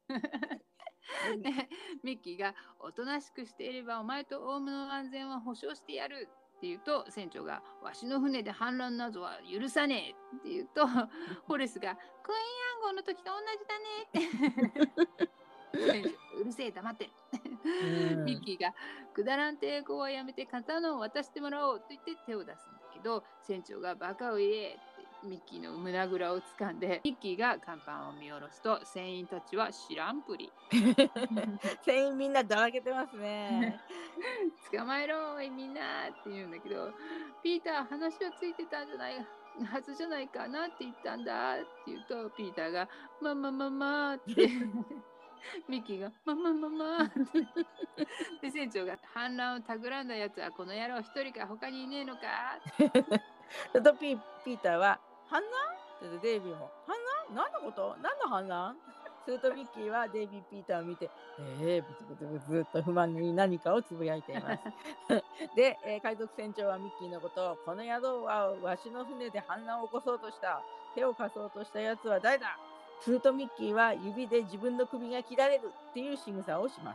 で、ミッキーがおとなしくしていればお前とオウムの安全は保証してやるって言うと、船長がわしの船で反乱などは許さねえって言うと、ホレスがクイーン暗号の時と同じだねって船長、うるせえ黙ってミッキーがくだらん抵抗はやめて刀を渡してもらおうと言って手を出すんだけど、船長がバカを言えってミッキーの胸ぐらを掴んで、ミッキーが甲板を見下ろすと船員たちは知らんぷり船員みんなだらけてますね捕まえろおいみんなって言うんだけど、ピーター話はついてたんじゃないはずじゃないかなって言ったんだって言うと、ピーターがままままってミッキーがままままってで、船長が反乱を企んだやつはこの野郎一人か他にいねえのかとピー、ピーターは反乱ってデイビーも反乱何のこと何の反乱するとミッキーはデイビー・ピーターを見てえー、ブツブツブツと不満に何かをつぶやいていますで、えー、海賊船長はミッキーのことをこの野郎はわしの船で反乱を起こそうとした手を貸そうとしたやつは誰だ。するとミッキーは指で自分の首が切られるっていう仕草をします。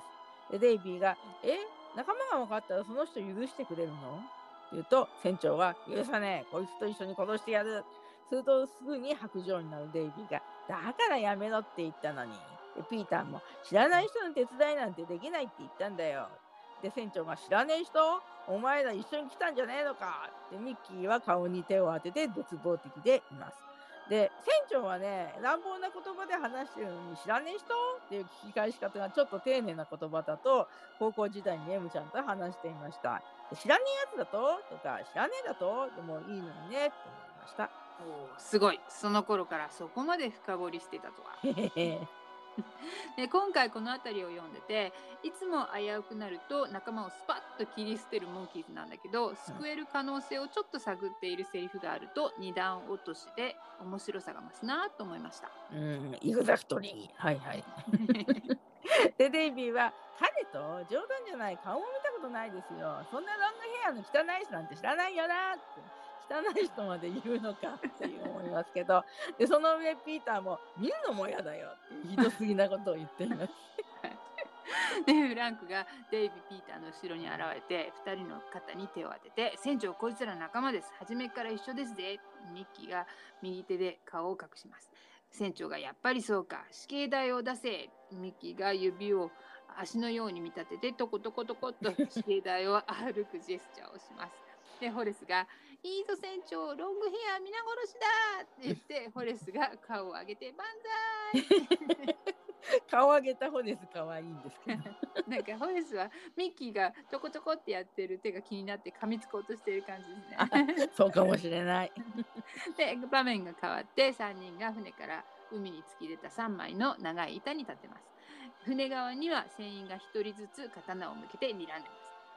でデイビーが「え仲間が分かったらその人許してくれるの？」って言うと船長が「許さねえ、こいつと一緒に殺してやる」するとすぐに白状になるデイビーが「だからやめろって言ったのに」でピーターも「知らない人の手伝いなんてできないって言ったんだよ」で船長が「知らねえ人？お前ら一緒に来たんじゃねえのか」でミッキーは顔に手を当てて絶望的でいます。で船長はね乱暴な言葉で話してるのに「知らねえ人?」っていう聞き返し方がちょっと丁寧な言葉だと高校時代に M ちゃんと話していました。知らねえやつだととか知らねえだとでもいいのにねって思いました。 おすごい、その頃からそこまで深掘りしてたとは。で今回この辺りを読んでていつも危うくなると仲間をスパッと切り捨てるモンキーズなんだけど救える可能性をちょっと探っているセリフがあると二段落としで面白さが増すなと思いました。 うん、イグザクトリー。はいはい。でデイビーは彼と冗談じゃない顔も見たことないですよ。そんなロングヘアの汚い人なんて知らないよなって。汚い人まで言うのかっていう思いますけどでその上ピーターも見るのも嫌だよってひどすぎなことを言っています。 でフランクがデイビー・ピーターの後ろに現れてふたりの肩に手を当てて「船長こいつら仲間です。初めから一緒ですぜ」ミッキーが右手で顔を隠します。船長が「やっぱりそうか死刑台を出せ」ミッキーが指を足のように見立ててトコトコトコっと死刑台を歩くジェスチャーをします。でホレスが「いいぞ船長ロングヘア皆殺しだ!」って言ってホレスが顔を上げて「万歳!」 顔上げたホレス可愛いんですけどなんかホレスはミッキーがちょこちょこってやってる手が気になって噛みつこうとしている感じですね。 そうかもしれない。 で場面が変わってさんにんが船から海に突き出たさんまいの長い板に立ってます。船側には船員がひとりずつ刀を向けて睨んでます。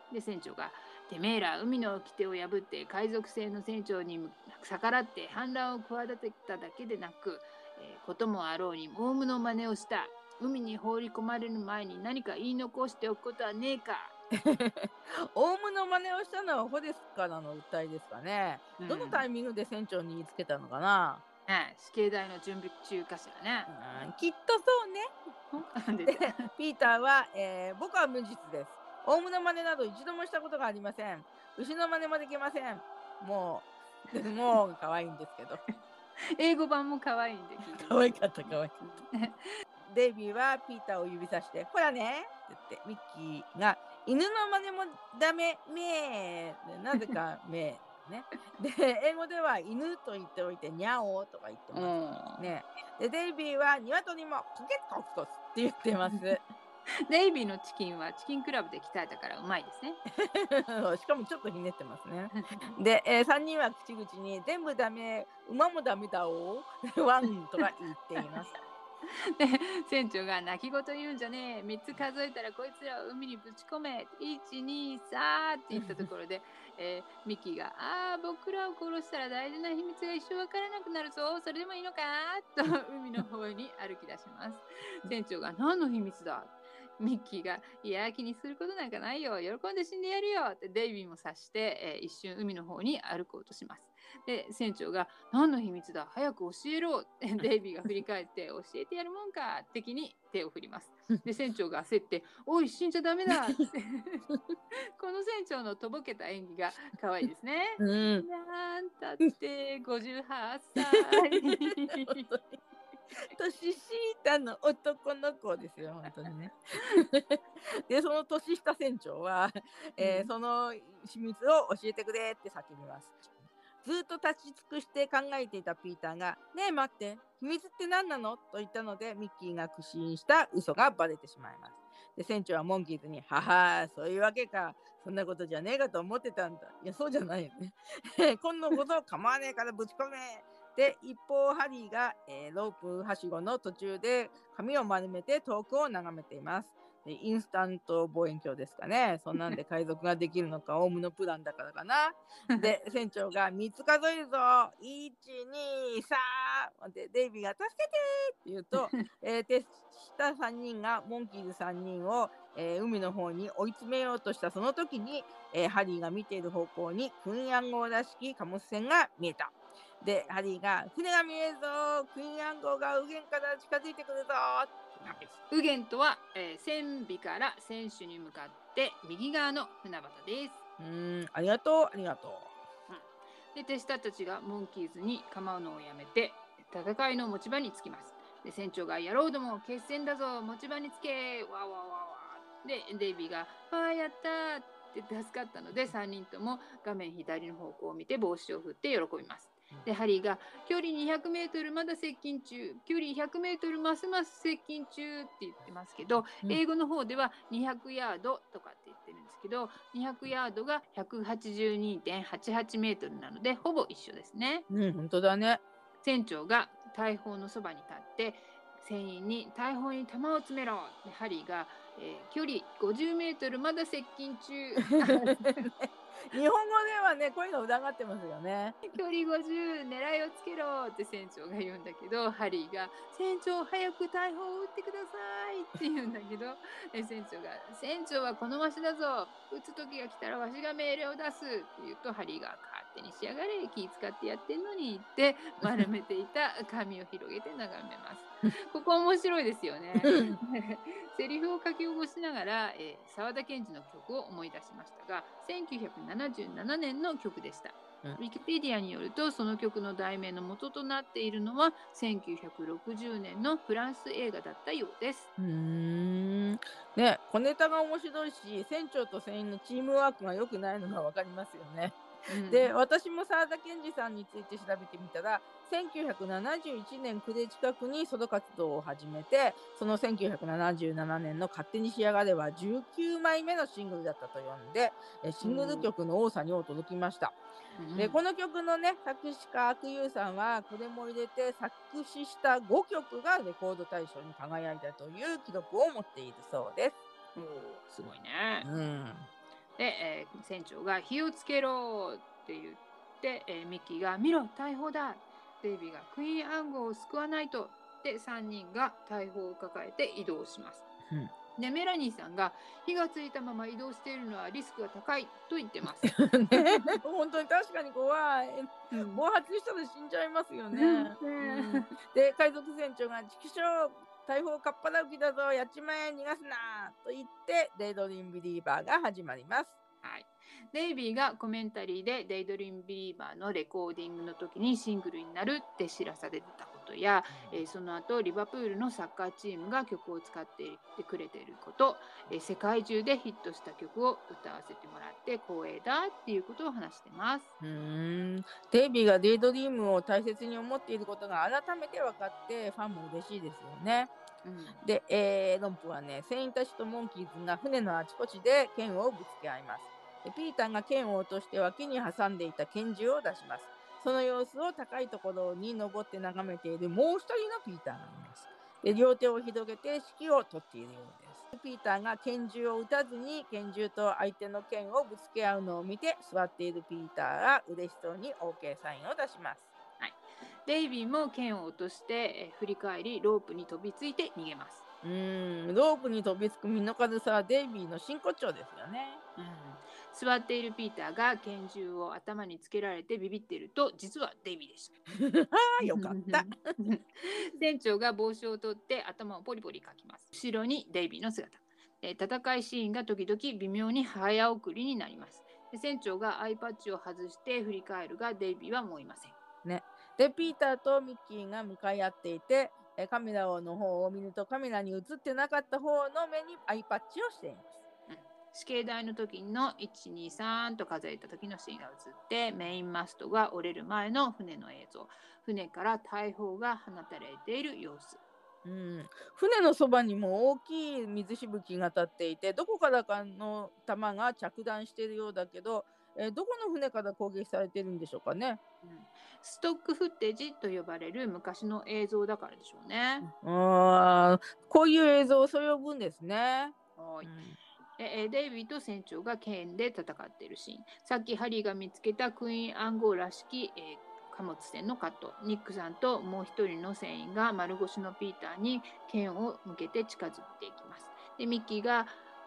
で船長が「てめえら海の掟を破って海賊船の船長に逆らって反乱を企てただけでなく、えー、こともあろうにオウムの真似をした。海に放り込まれる前に何か言い残しておくことはねえか」 オウムの真似をしたのはホレスからの訴えですかね、うん、どのタイミングで船長に言いつけたのかな。 うん、死刑台の準備中かしらね、 うん、きっとそうね。でピーターは、えー、僕は無実です。オウムの真似など一度もしたことがありません。牛の真似もできません。もうもう可愛いんですけど英語版も可愛いんで可愛かった可愛かったデイビーはピーターを指さして「ほらね」って言ってミッキーが「犬の真似もダメめー」なぜかめーね。で英語では犬と言っておいてニャオとか言ってますね。でデイビーは鶏もコケッコクコスって言ってます。 デイビーのチキンはチキンクラブで鍛えたからうまいですね。 しかもちょっとひねってますね。で、えー、さんにんは口々に全部ダメ、馬もダメだおワンとか言っています。 で船長が泣き言言うんじゃねえ、みっつ数えたらこいつらを海にぶち込め、いちにさんって言ったところで、えー、ミッキーがああ僕らを殺したら大事な秘密が一生わからなくなるぞ、それでもいいのかと海の方に歩き出します。船長が何の秘密だ。ミッキーがいや気にすることなんかないよ、喜んで死んでやるよってデイビーも察して、えー、一瞬海の方に歩こうとします。で船長が何の秘密だ早く教えろってデイビーが振り返って教えてやるもんか的に手を振ります。で船長が焦っておい死んじゃダメだってこの船長のとぼけた演技が可愛いですね、うん、なんたってごじゅうはっさい年下の男の子ですよ本当にね。でその年下船長は、えーうん、その秘密を教えてくれって叫びます。ずっと立ち尽くして考えていたピーターがねえ待って秘密って何なのと言ったのでミッキーが苦心した嘘がバレてしまいます。で船長はモンキーズにははそういうわけか、そんなことじゃねえかと思ってたんだ。いやそうじゃないよね今度こそ構わねえからぶち込めで一方ハリーが、えー、ロープはしごの途中で髪を丸めて遠くを眺めています。でインスタント望遠鏡ですかね。そんなんで海賊ができるのかオウムのプランだからかな。で船長がみっつ数えるぞいちにさんでデイビーが助けてって言うと、えー、手下さんにんがモンキーズさんにんを、えー、海の方に追い詰めようとしたその時に、えー、ハリーが見ている方向にクイーン暗号らしき貨物船が見えた。でハリーが船が見えるぞクイーン暗号が右舷から近づいてくるぞってことです。 右舷とは、えー、船尾から船首に向かって右側の船旗です。 うーん、ありがとう、ありがとう。 うん、で手下たちがモンキーズに構うのをやめて戦いの持ち場につきます。で船長がやろうども決戦だぞ持ち場につけわわわわでデイビーが「わあやった!」って助かったのでさんにんとも画面左の方向を見て帽子を振って喜びます。でハリーが「距離にひゃくメートルまだ接近中距離ひゃくメートルますます接近中」って言ってますけど、うん、英語の方ではにひゃくヤードとかって言ってるんですけどにひゃくヤードが ひゃくはちじゅうにてんはちはちメートルなのでほぼ一緒ですね。 うん、本当だね。 船長が大砲のそばに立って船員に大砲に弾を詰めろでハリーが、えー、距離ごじゅうメートルまだ接近中日本語ではねこういうの疑ってますよね。 距離ごじゅう狙いをつけろって船長が言うんだけどハリーが船長早く大砲を撃ってくださいって言うんだけど船長が船長はこのわしだぞ撃つ時が来たらわしが命令を出すって言うとハリーが勝手にしやがれ気使ってやってんのにって丸めていた紙を広げて眺めますここ面白いですよねセリフを書き起こしながら澤、えー、田研二の曲を思い出しましたがせんきゅうひゃくななじゅうななねんの曲でした、うん、ウィキペディアによるとその曲の題名の元となっているのはせんきゅうひゃくろくじゅうねんのフランス映画だったようです。 うーんね小ネタが面白いし船長と船員のチームワークが良くないのが分かりますよね。うん、で私も澤田研二さんについて調べてみたらせんきゅうひゃくななじゅういちねん暮れ近くにソロ活動を始めてそのせんきゅうひゃくななじゅうななねんの勝手に仕上がれはじゅうきゅうまいめのシングルだったと読んでシングル曲の多さに驚きました。うん、でこの曲のね作詞家阿久悠さんはこれも入れて作詞したごきょくがレコード大賞に輝いたという記録を持っているそうです。 おーすごいね。 うんで、えー、船長が火をつけろって言って、えー、ミッキーが見ろ大砲だデイビーがクイーン暗号を救わないとでさんにんが大砲を抱えて移動します、うん、でメラニーさんが火がついたまま移動しているのはリスクが高いと言ってます、ね、 本当に確かに怖い、うん、暴発したら死んじゃいますよね、うん、で海賊船長がチキショー大砲かっぱらう気だぞやっちまえ逃がすなと言ってデイドリームビリーバーが始まります。 はい、デイビーがコメンタリーでデイドリームビリーバーのレコーディングの時にシングルになるって知らされてたことや、えー、その後リバプールのサッカーチームが曲を使っていてくれていること、えー、世界中でヒットした曲を歌わせてもらって光栄だっていうことを話してます。 うーんデイビーがデイドリームを大切に思っていることが改めて分かってファンも嬉しいですよね。うん、で、えー、ロンプはね船員たちとモンキーズが船のあちこちで剣をぶつけ合います。でピーターが剣を落として脇に挟んでいた拳銃を出します。その様子を高いところに登って眺めているもう一人のピーターがいます。で両手を広げて指揮を取っているようです。ピーターが拳銃を撃たずに拳銃と相手の剣をぶつけ合うのを見て座っているピーターが嬉しそうに オーケー サインを出します。 はい、デイビーも剣を落として、えー、振り返りロープに飛びついて逃げます。 うーんロープに飛びつく身の軽さはデイビーの真骨頂ですよね。 うん座っているピーターが拳銃を頭につけられてビビっていると実はデイビーでした。 ああよかった。 船長が帽子を取って頭をポリポリかきます。後ろにデイビーの姿。えー、戦いシーンが時々微妙に早送りになります。で船長がアイパッチを外して振り返るがデイビーはもういません。 ね、でピーターとミッキーが向かい合っていてカメラの方を見るとカメラに映ってなかった方の目にアイパッチをしています。 死刑台の時のいちにさんと数えた時のシーンが映ってメインマストが折れる前の船の映像船から大砲が放たれている様子、 うん、船のそばにも大きい水しぶきが立っていてどこからかの弾が着弾しているようだけど、えー、どこの船から攻撃されているんでしょうかね、 うん、ストックフッテージと呼ばれる昔の映像だからでしょうね。 あこういう映像をそう呼ぶんですね。 はい、うんえデイビーと船長が剣で戦っているシーンさっきハリーが見つけたクイーン暗号らしき、えー、貨物船のカットニックさんともう一人の船員が丸腰のピーターに剣を向けて近づいていきます。でミッキーが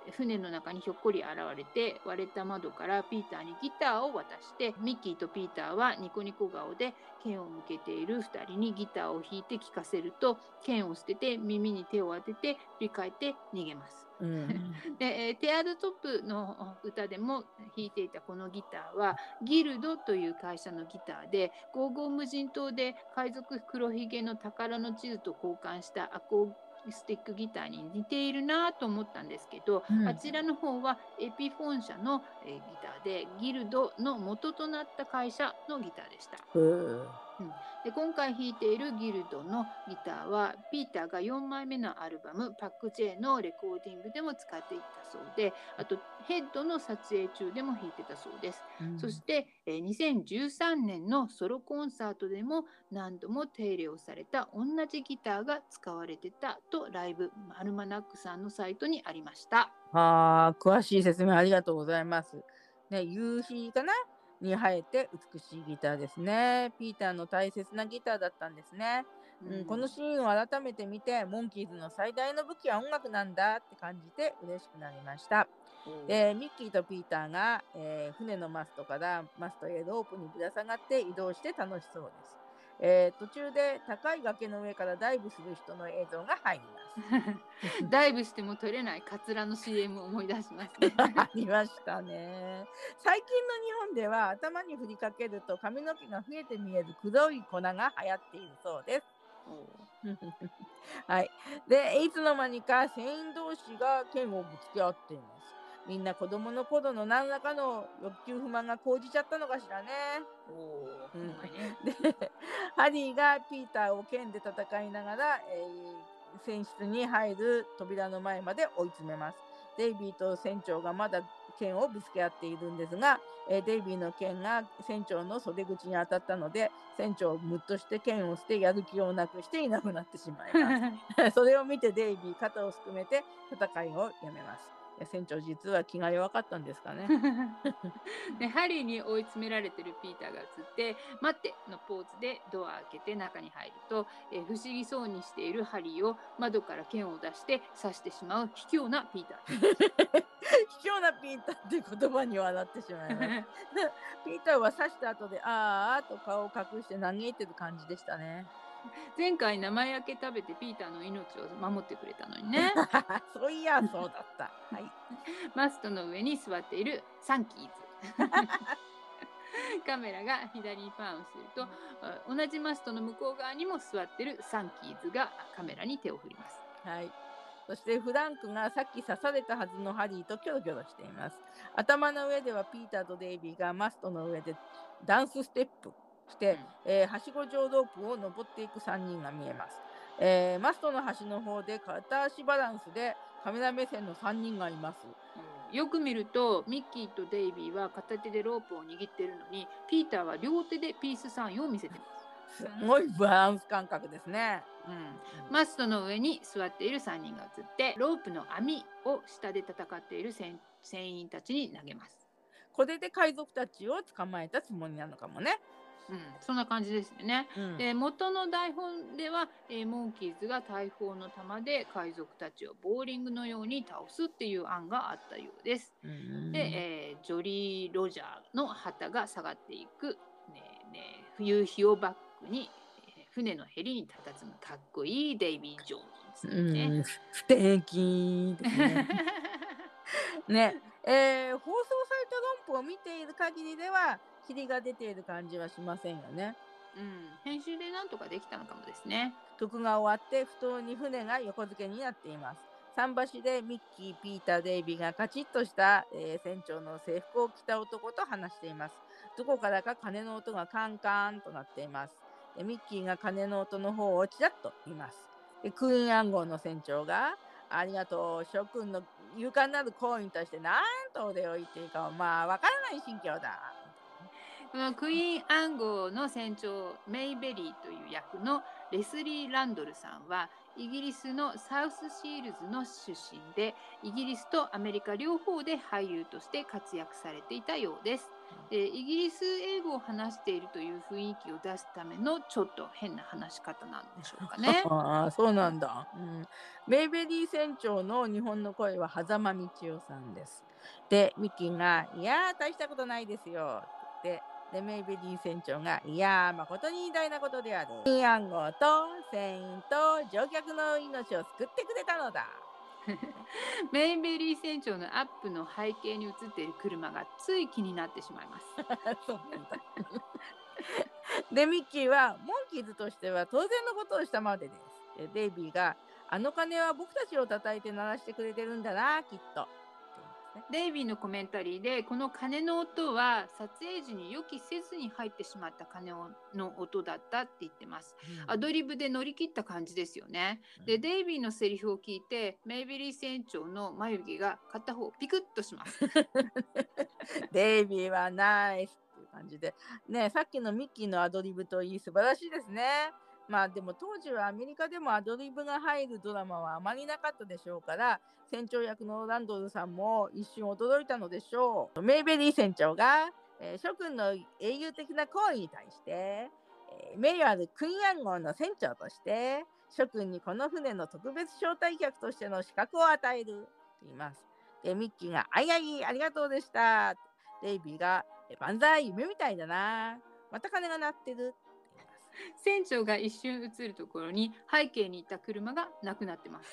船の中にひょっこり現れて、割れた窓からピーターにギターを渡して、ミッキーとピーターはニコニコ顔で剣を向けているふたりにギターを弾いて聴かせると、剣を捨てて耳に手を当てて振り返って逃げます。うん、でテアードトップの歌でも弾いていたこのギターはギルドという会社のギターで、ゴーゴー無人島で海賊黒ひげの宝の地図と交換したアコースティックギターに似ているなと思ったんですけど、うん、あちらの方はエピフォン社の、えー、ギターで、ギルドの元となった会社のギターでした。うんで今回弾いているギルドのギターはピーターがよんまいめのアルバムパック J のレコーディングでも使っていたそうで、あとヘッドの撮影中でも弾いてたそうです。うん、そして、えー、にせんじゅうさんねんのソロコンサートでも何度も手入れをされた同じギターが使われてたとライブアルマナックさんのサイトにありました。 あー、詳しい説明ありがとうございます。ね、夕日かなに生えて美しいギターですね。ピーターの大切なギターだったんですね。うんうん、このシーンを改めて見て、モンキーズの最大の武器は音楽なんだって感じて嬉しくなりました。でミッキーとピーターが、えー、船のマストからマストへロープにぶら下がって移動して楽しそうです。えー、途中で高い崖の上からダイブする人の映像が入りますダイブしても取れないカツラの シーエム を思い出しますねありましたね。最近の日本では頭に振りかけると髪の毛が増えて見える黒い粉が流行っているそうですはい、でいつの間にか船員同士が剣をぶつけ合っています。みんな子供の頃の何らかの欲求不満が高じちゃったのかしらね。お、うん、でハリーがピーターを剣で戦いながら、えー、船室に入る扉の前まで追い詰めます。デイビーと船長がまだ剣をぶつけ合っているんですが、えー、デイビーの剣が船長の袖口に当たったので、船長をムッとして剣を捨てやる気をなくしていなくなってしまいますそれを見てデイビー肩をすくめて戦いをやめます。船長実は気が弱かったんですかねでハリーに追い詰められてるピーターが映って待ってのポーズでドアを開けて中に入ると、えー、不思議そうにしているハリーを窓から剣を出して刺してしまう卑怯なピーター卑怯なピーターって言葉に笑ってしまいますピーターは刺した後であーあと顔を隠して嘆いてる感じでしたね。 前回生焼け食べてピーターの命を守ってくれたのにねそういやそうだった、はい、 マストの上に座っているサンキーズカメラが左にパンをすると、同じマストの向こう側にも座っているサンキーズがカメラに手を振ります。 はい、そしてフランクがさっき刺されたはずのハリーとキョロキョロしています。頭の上ではピーターとデイビーがマストの上でダンスステップして、うんえー、はしご状ロープを登っていくさんにんが見えます。えー、マストの端の方で片足バランスでカメラ目線のさんにんがいます。 うん、よく見るとミッキーとデイビーは片手でロープを握っているのに、ピーターは両手でピースサインを見せてます。 すごいバランス感覚ですね。 うん、マストの上に座っているさんにんが映って、ロープの網を下で戦っている船員たちに投げます。 これで海賊たちを捕まえたつもりなのかもね。 うん、そんな感じですよね。うん、で元の台本では、えー、モンキーズが大砲の弾で海賊たちをボーリングのように倒すっていう案があったようです。うん、で、えー、ジョリー・ロジャーの旗が下がっていく、ねね、夕日をバックに、えー、船のヘリに佇むかっこいいデイビー・ジョーンズ、ね。 うん、素敵ですね。ねえー、放送された論破を見ている限りでは霧が出ている感じはしませんよね。 うん、編集でなんとかできたのかもですね。 曲が終わって不当に船が横付けになっています。桟橋でミッキー、ピーター、デイビーがカチッとした、えー、船長の制服を着た男と話しています。どこからか鐘の音がカンカンとなっています。でミッキーが鐘の音の方をちらっと見ます。でクイーン暗号の船長がありがとう諸君の勇敢なる行為に対して何とお礼を言っていいかはまあわからない心境だ。 このクイーン暗号の船長メイベリーという役の、 レスリー・ランドルさんはイギリスのサウスシールズの出身で、イギリスとアメリカ両方で俳優として活躍されていたようです。でイギリス英語を話しているという雰囲気を出すためのちょっと変な話し方なんでしょうかね。 ああ、そうなんだ、うん。メイベリー船長の日本の声は狭間道夫さんです。で、ミッキーが、いやー、大したことないですよってで、メイベリー船長が、いやー、誠に偉大なことである。新暗号と船員と乗客の命を救ってくれたのだ。 メイベリー船長のアップの背景に映っている車がつい気になってしまいます。 そうなんだ。で、ミッキーはモンキーズとしては当然のことをしたまでです。で、デイビーが、あの鐘は僕たちを叩いて鳴らしてくれてるんだな、きっと。 デイビーのコメンタリーで、この鐘の音は撮影時に予期せずに入ってしまった鐘の音だったって言ってます、うん、アドリブで乗り切った感じですよね、うん、でデイビーのセリフを聞いてメイベリー船長の眉毛が片方ピクッとしますデイビーはナイスっていう感じでね、さっきのミッキーのアドリブといい素晴らしいですね。まあでも当時はアメリカでもアドリブが入るドラマはあまりなかったでしょうから、船長役のランドルさんも一瞬驚いたのでしょう。メイベリー船長が、えー、諸君の英雄的な行為に対して、えー、名誉あるクイーン暗号の船長として諸君にこの船の特別招待客としての資格を与えると言います。でミッキーがあいあいありがとうでした。デイビーが万歳夢みたいだな。また鐘が鳴ってる。 船長が一瞬映るところに背景にいた車がなくなってます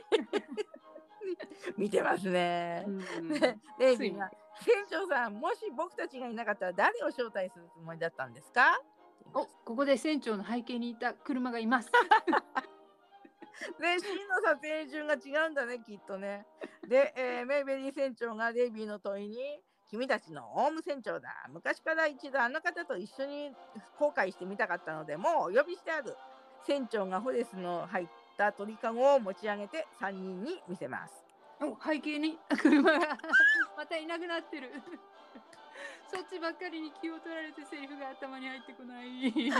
見てますね。デイビーが船長さん、もし僕たちがいなかったら誰を招待するつもりだったんですか。 お、ここで船長の背景にいた車がいますね、シーンの撮影順が違うんだねきっとね。で、えー、メイベリー船長がデイビーの問いに、君たちのオウム船長だ。昔から一度あの方と一緒に航海してみたかったので、もうお呼びしてある。船長がホレスの入った鳥かごを持ち上げてさんにんに見せます。 お、背景に車がまたいなくなってるそっちばっかりに気を取られてセリフが頭に入ってこない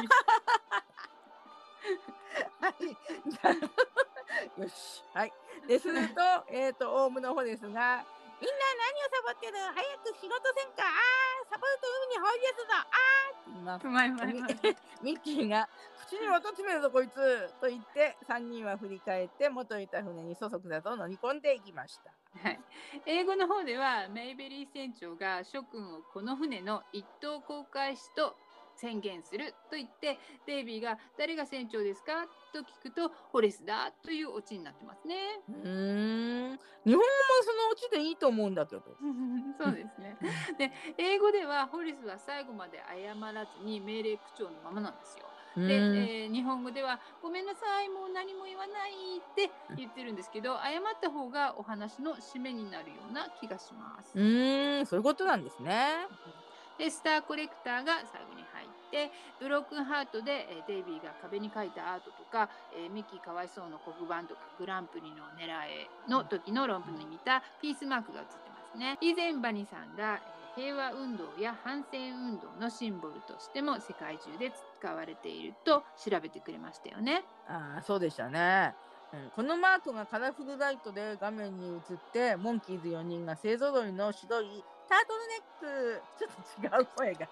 はい、じゃあよし、はい。ですると、えっと、オウムのホレスが、みんな何をサボってる、早く仕事せんか、あーサボると海に放り出すぞ、あーって言います。 まいまいまいミッキーが口に音詰めるぞこいつと言ってさんにんは振り返って元いた船にそそくさと乗り込んでいきました。 はい、英語の方ではメイベリー船長が諸君をこの船の一等航海士と宣言すると言って、デイビーが誰が船長ですかと聞くとホレスだというオチになってますね。 うーん、日本語もそのオチでいいと思うんだけどそうですね。で英語ではホレスは最後まで謝らずに命令口調のままなんですよ。で、えー、日本語ではごめんなさいもう何も言わないって言ってるんですけど、謝った方がお話の締めになるような気がします。 うーん、そういうことなんですね。 でスターコレクターが最後に入ってブロークンハートで、えー、デイビーが壁に描いたアートとか、えー、ミッキーかわいそうの黒板とかグランプリの狙いの時の論文に似たピースマークが写ってますね。以前バニさんが、えー、平和運動や反戦運動のシンボルとしても世界中で使われていると調べてくれましたよね。 ああ、そうでしたね。うん、このマークがカラフルライトで画面に映ってモンキーズよにんが勢ぞろいの白いタートルネックちょっと違う声が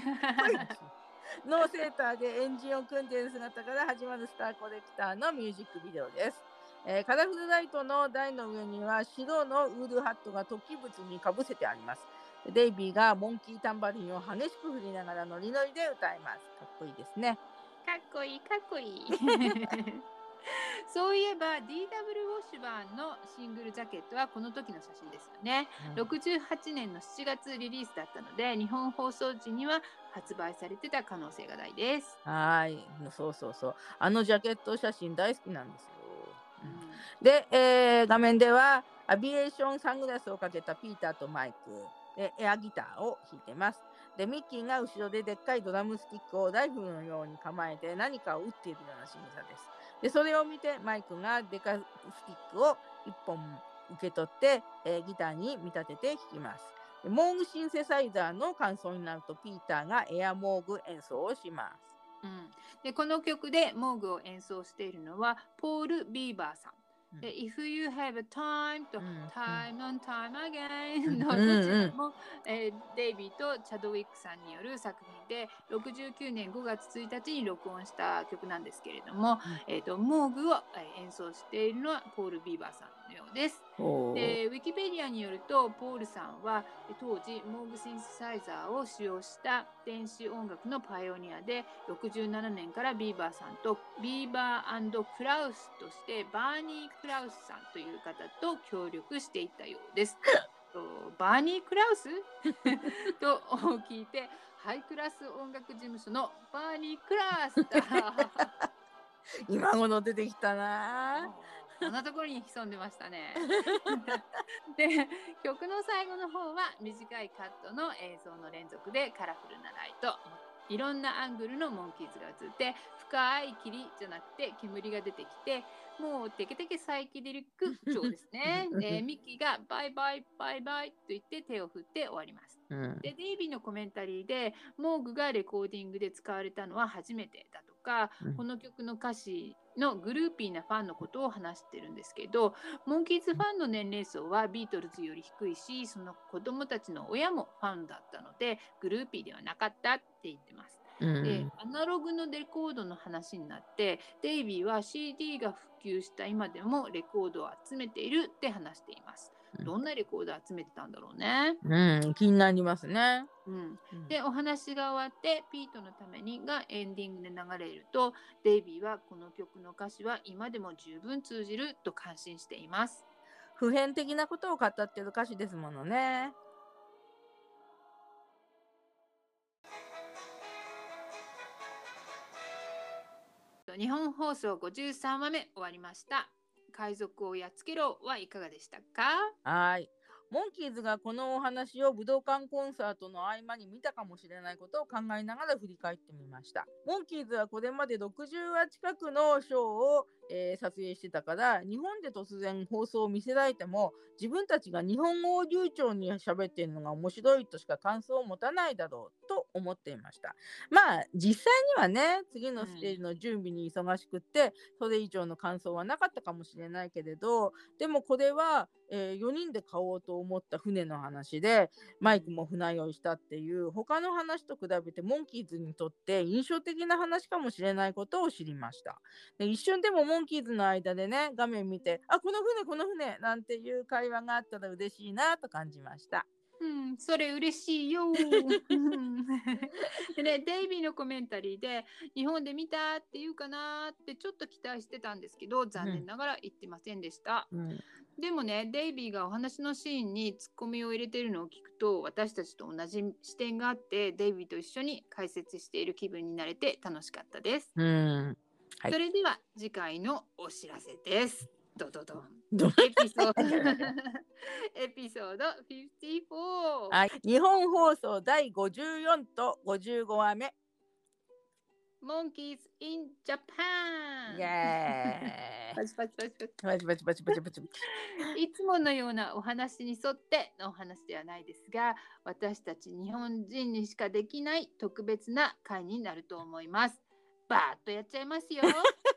のセーターでエンジンを組んでいる姿から始まるスターコレクターのミュージックビデオです。えー、カラフルライトの台の上には白のウールハットが突起物にかぶせてあります。デイビーがモンキータンバリンを激しく振りながらノリノリで歌います。かっこいいですね。 かっこいいかっこいいそういえば ディーダブリュー ウォッシュバーンのシングルジャケットはこの時の写真ですよね、うん、ろくじゅうはちねんのしちがつリリースだったので日本放送時には発売されてた可能性が大です。 はい、そうそうそう、あのジャケット写真大好きなんですよ、うん、で、えー、画面ではアビエーションサングラスをかけたピーターとマイクでエアギターを弾いてます。でミッキーが後ろででっかいドラムスティックをライフルのように構えて何かを打っているような仕草です。でそれを見てマイクがデカスティックをいっぽん受け取って、えー、ギターに見立てて弾きます。モーグシンセサイザーの感想になるとピーターがエアモーグ演奏をします。 うん、でこの曲でモーグを演奏しているのはポール・ビーバーさん。で If you have a time と、うん、Time and time again のどちらも、うんえー、デイビーとチャドウィックさんによる作品でろくじゅうきゅうねんごがつついたちに録音した曲なんですけれども、うんえー、とモーグを演奏しているのはポール・ビーバーさんのようです。でウィキペディアによるとポールさんは当時モーグシンセサイザーを使用した電子音楽のパイオニアでろくじゅうななねんからビーバーさんとビーバー&クラウスとしてバーニー・クラウスさんという方と協力していたようです。バーニー・クラウスと聞いてハイクラス音楽事務所のバーニー・クラスだ今頃出てきたな。 こんなところに潜んでましたね。で曲の最後の方は短いカットの映像の連続でカラフルなライト、いろんなアングルのモンキーズが映って深い霧じゃなくて煙が出てきてもうテケテケサイキデリック調ですね。でミッキーがバイバイバイバイと言って手を振って終わります。うん、でデイビーのコメンタリーでモーグがレコーディングで使われたのは初めてだとか、うん、この曲の歌詞のグルーピーなファンのことを話してるんですけどモンキーズファンの年齢層はビートルズより低いしその子供たちの親もファンだったのでグルーピーではなかったって言ってます。うん、でアナログのレコードの話になってデイビーは シーディー が普及した今でもレコードを集めているって話しています。どんなレコードを集めてたんだろうね。 うん、気になりますね。 うん、でお話が終わってピートのためにがエンディングで流れるとデイビーはこの曲の歌詞は今でも十分通じると感心しています。 普遍的なことを語っている歌詞ですものね。 日本放送ごじゅうさんわめ終わりました。海賊をやっつけろはいかがでしたか？ はい。モンキーズがこのお話を武道館コンサートの合間に見たかもしれないことを考えながら振り返ってみました。モンキーズはこれまでろくじゅうわ近くのショーを、えー、撮影してたから日本で突然放送を見せられても自分たちが日本語を流暢に喋っているのが面白いとしか感想を持たないだろうと思っていました。まあ実際にはね次のステージの準備に忙しくって、うん、それ以上の感想はなかったかもしれないけれどでもこれは、えー、よにんで買おうと思った船の話でマイクも船酔いしたっていう他の話と比べてモンキーズにとって印象的な話かもしれないことを知りました。で一瞬でもモンキーズの間でね画面見てあこの船この船なんていう会話があったら嬉しいなと感じました。 うん、それ嬉しいよ。でね、デイビーのコメンタリーで日本で見たって言うかなってちょっと期待してたんですけど残念ながら言ってませんでした。うん、でもねデイビーがお話のシーンにツッコミを入れているのを聞くと私たちと同じ視点があってデイビーと一緒に解説している気分になれて楽しかったです。うんはい、それでは次回のお知らせです。ドドドンエピソードエピソードごじゅうよん、 はい、日本放送だいごじゅうよんとごじゅうごわめ Monkeys in Japan イエーイパチパチパチパチパチパチパチパチパチいつものようなお話に沿ってのお話ではないですが私たち日本人にしかできない特別な回になると思います。バーッとやっちゃいますよ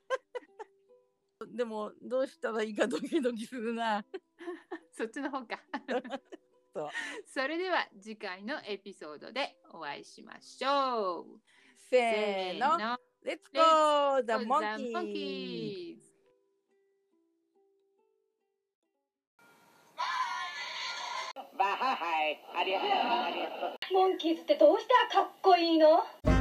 でもどうしたらいいかドキドキするなそっちの方かそうそれでは次回のエピソードでお会いしましょう。 せーの Let's go the monkeys バハハイありがとうありがとう。 モンキーズってどうしたらかっこいいの？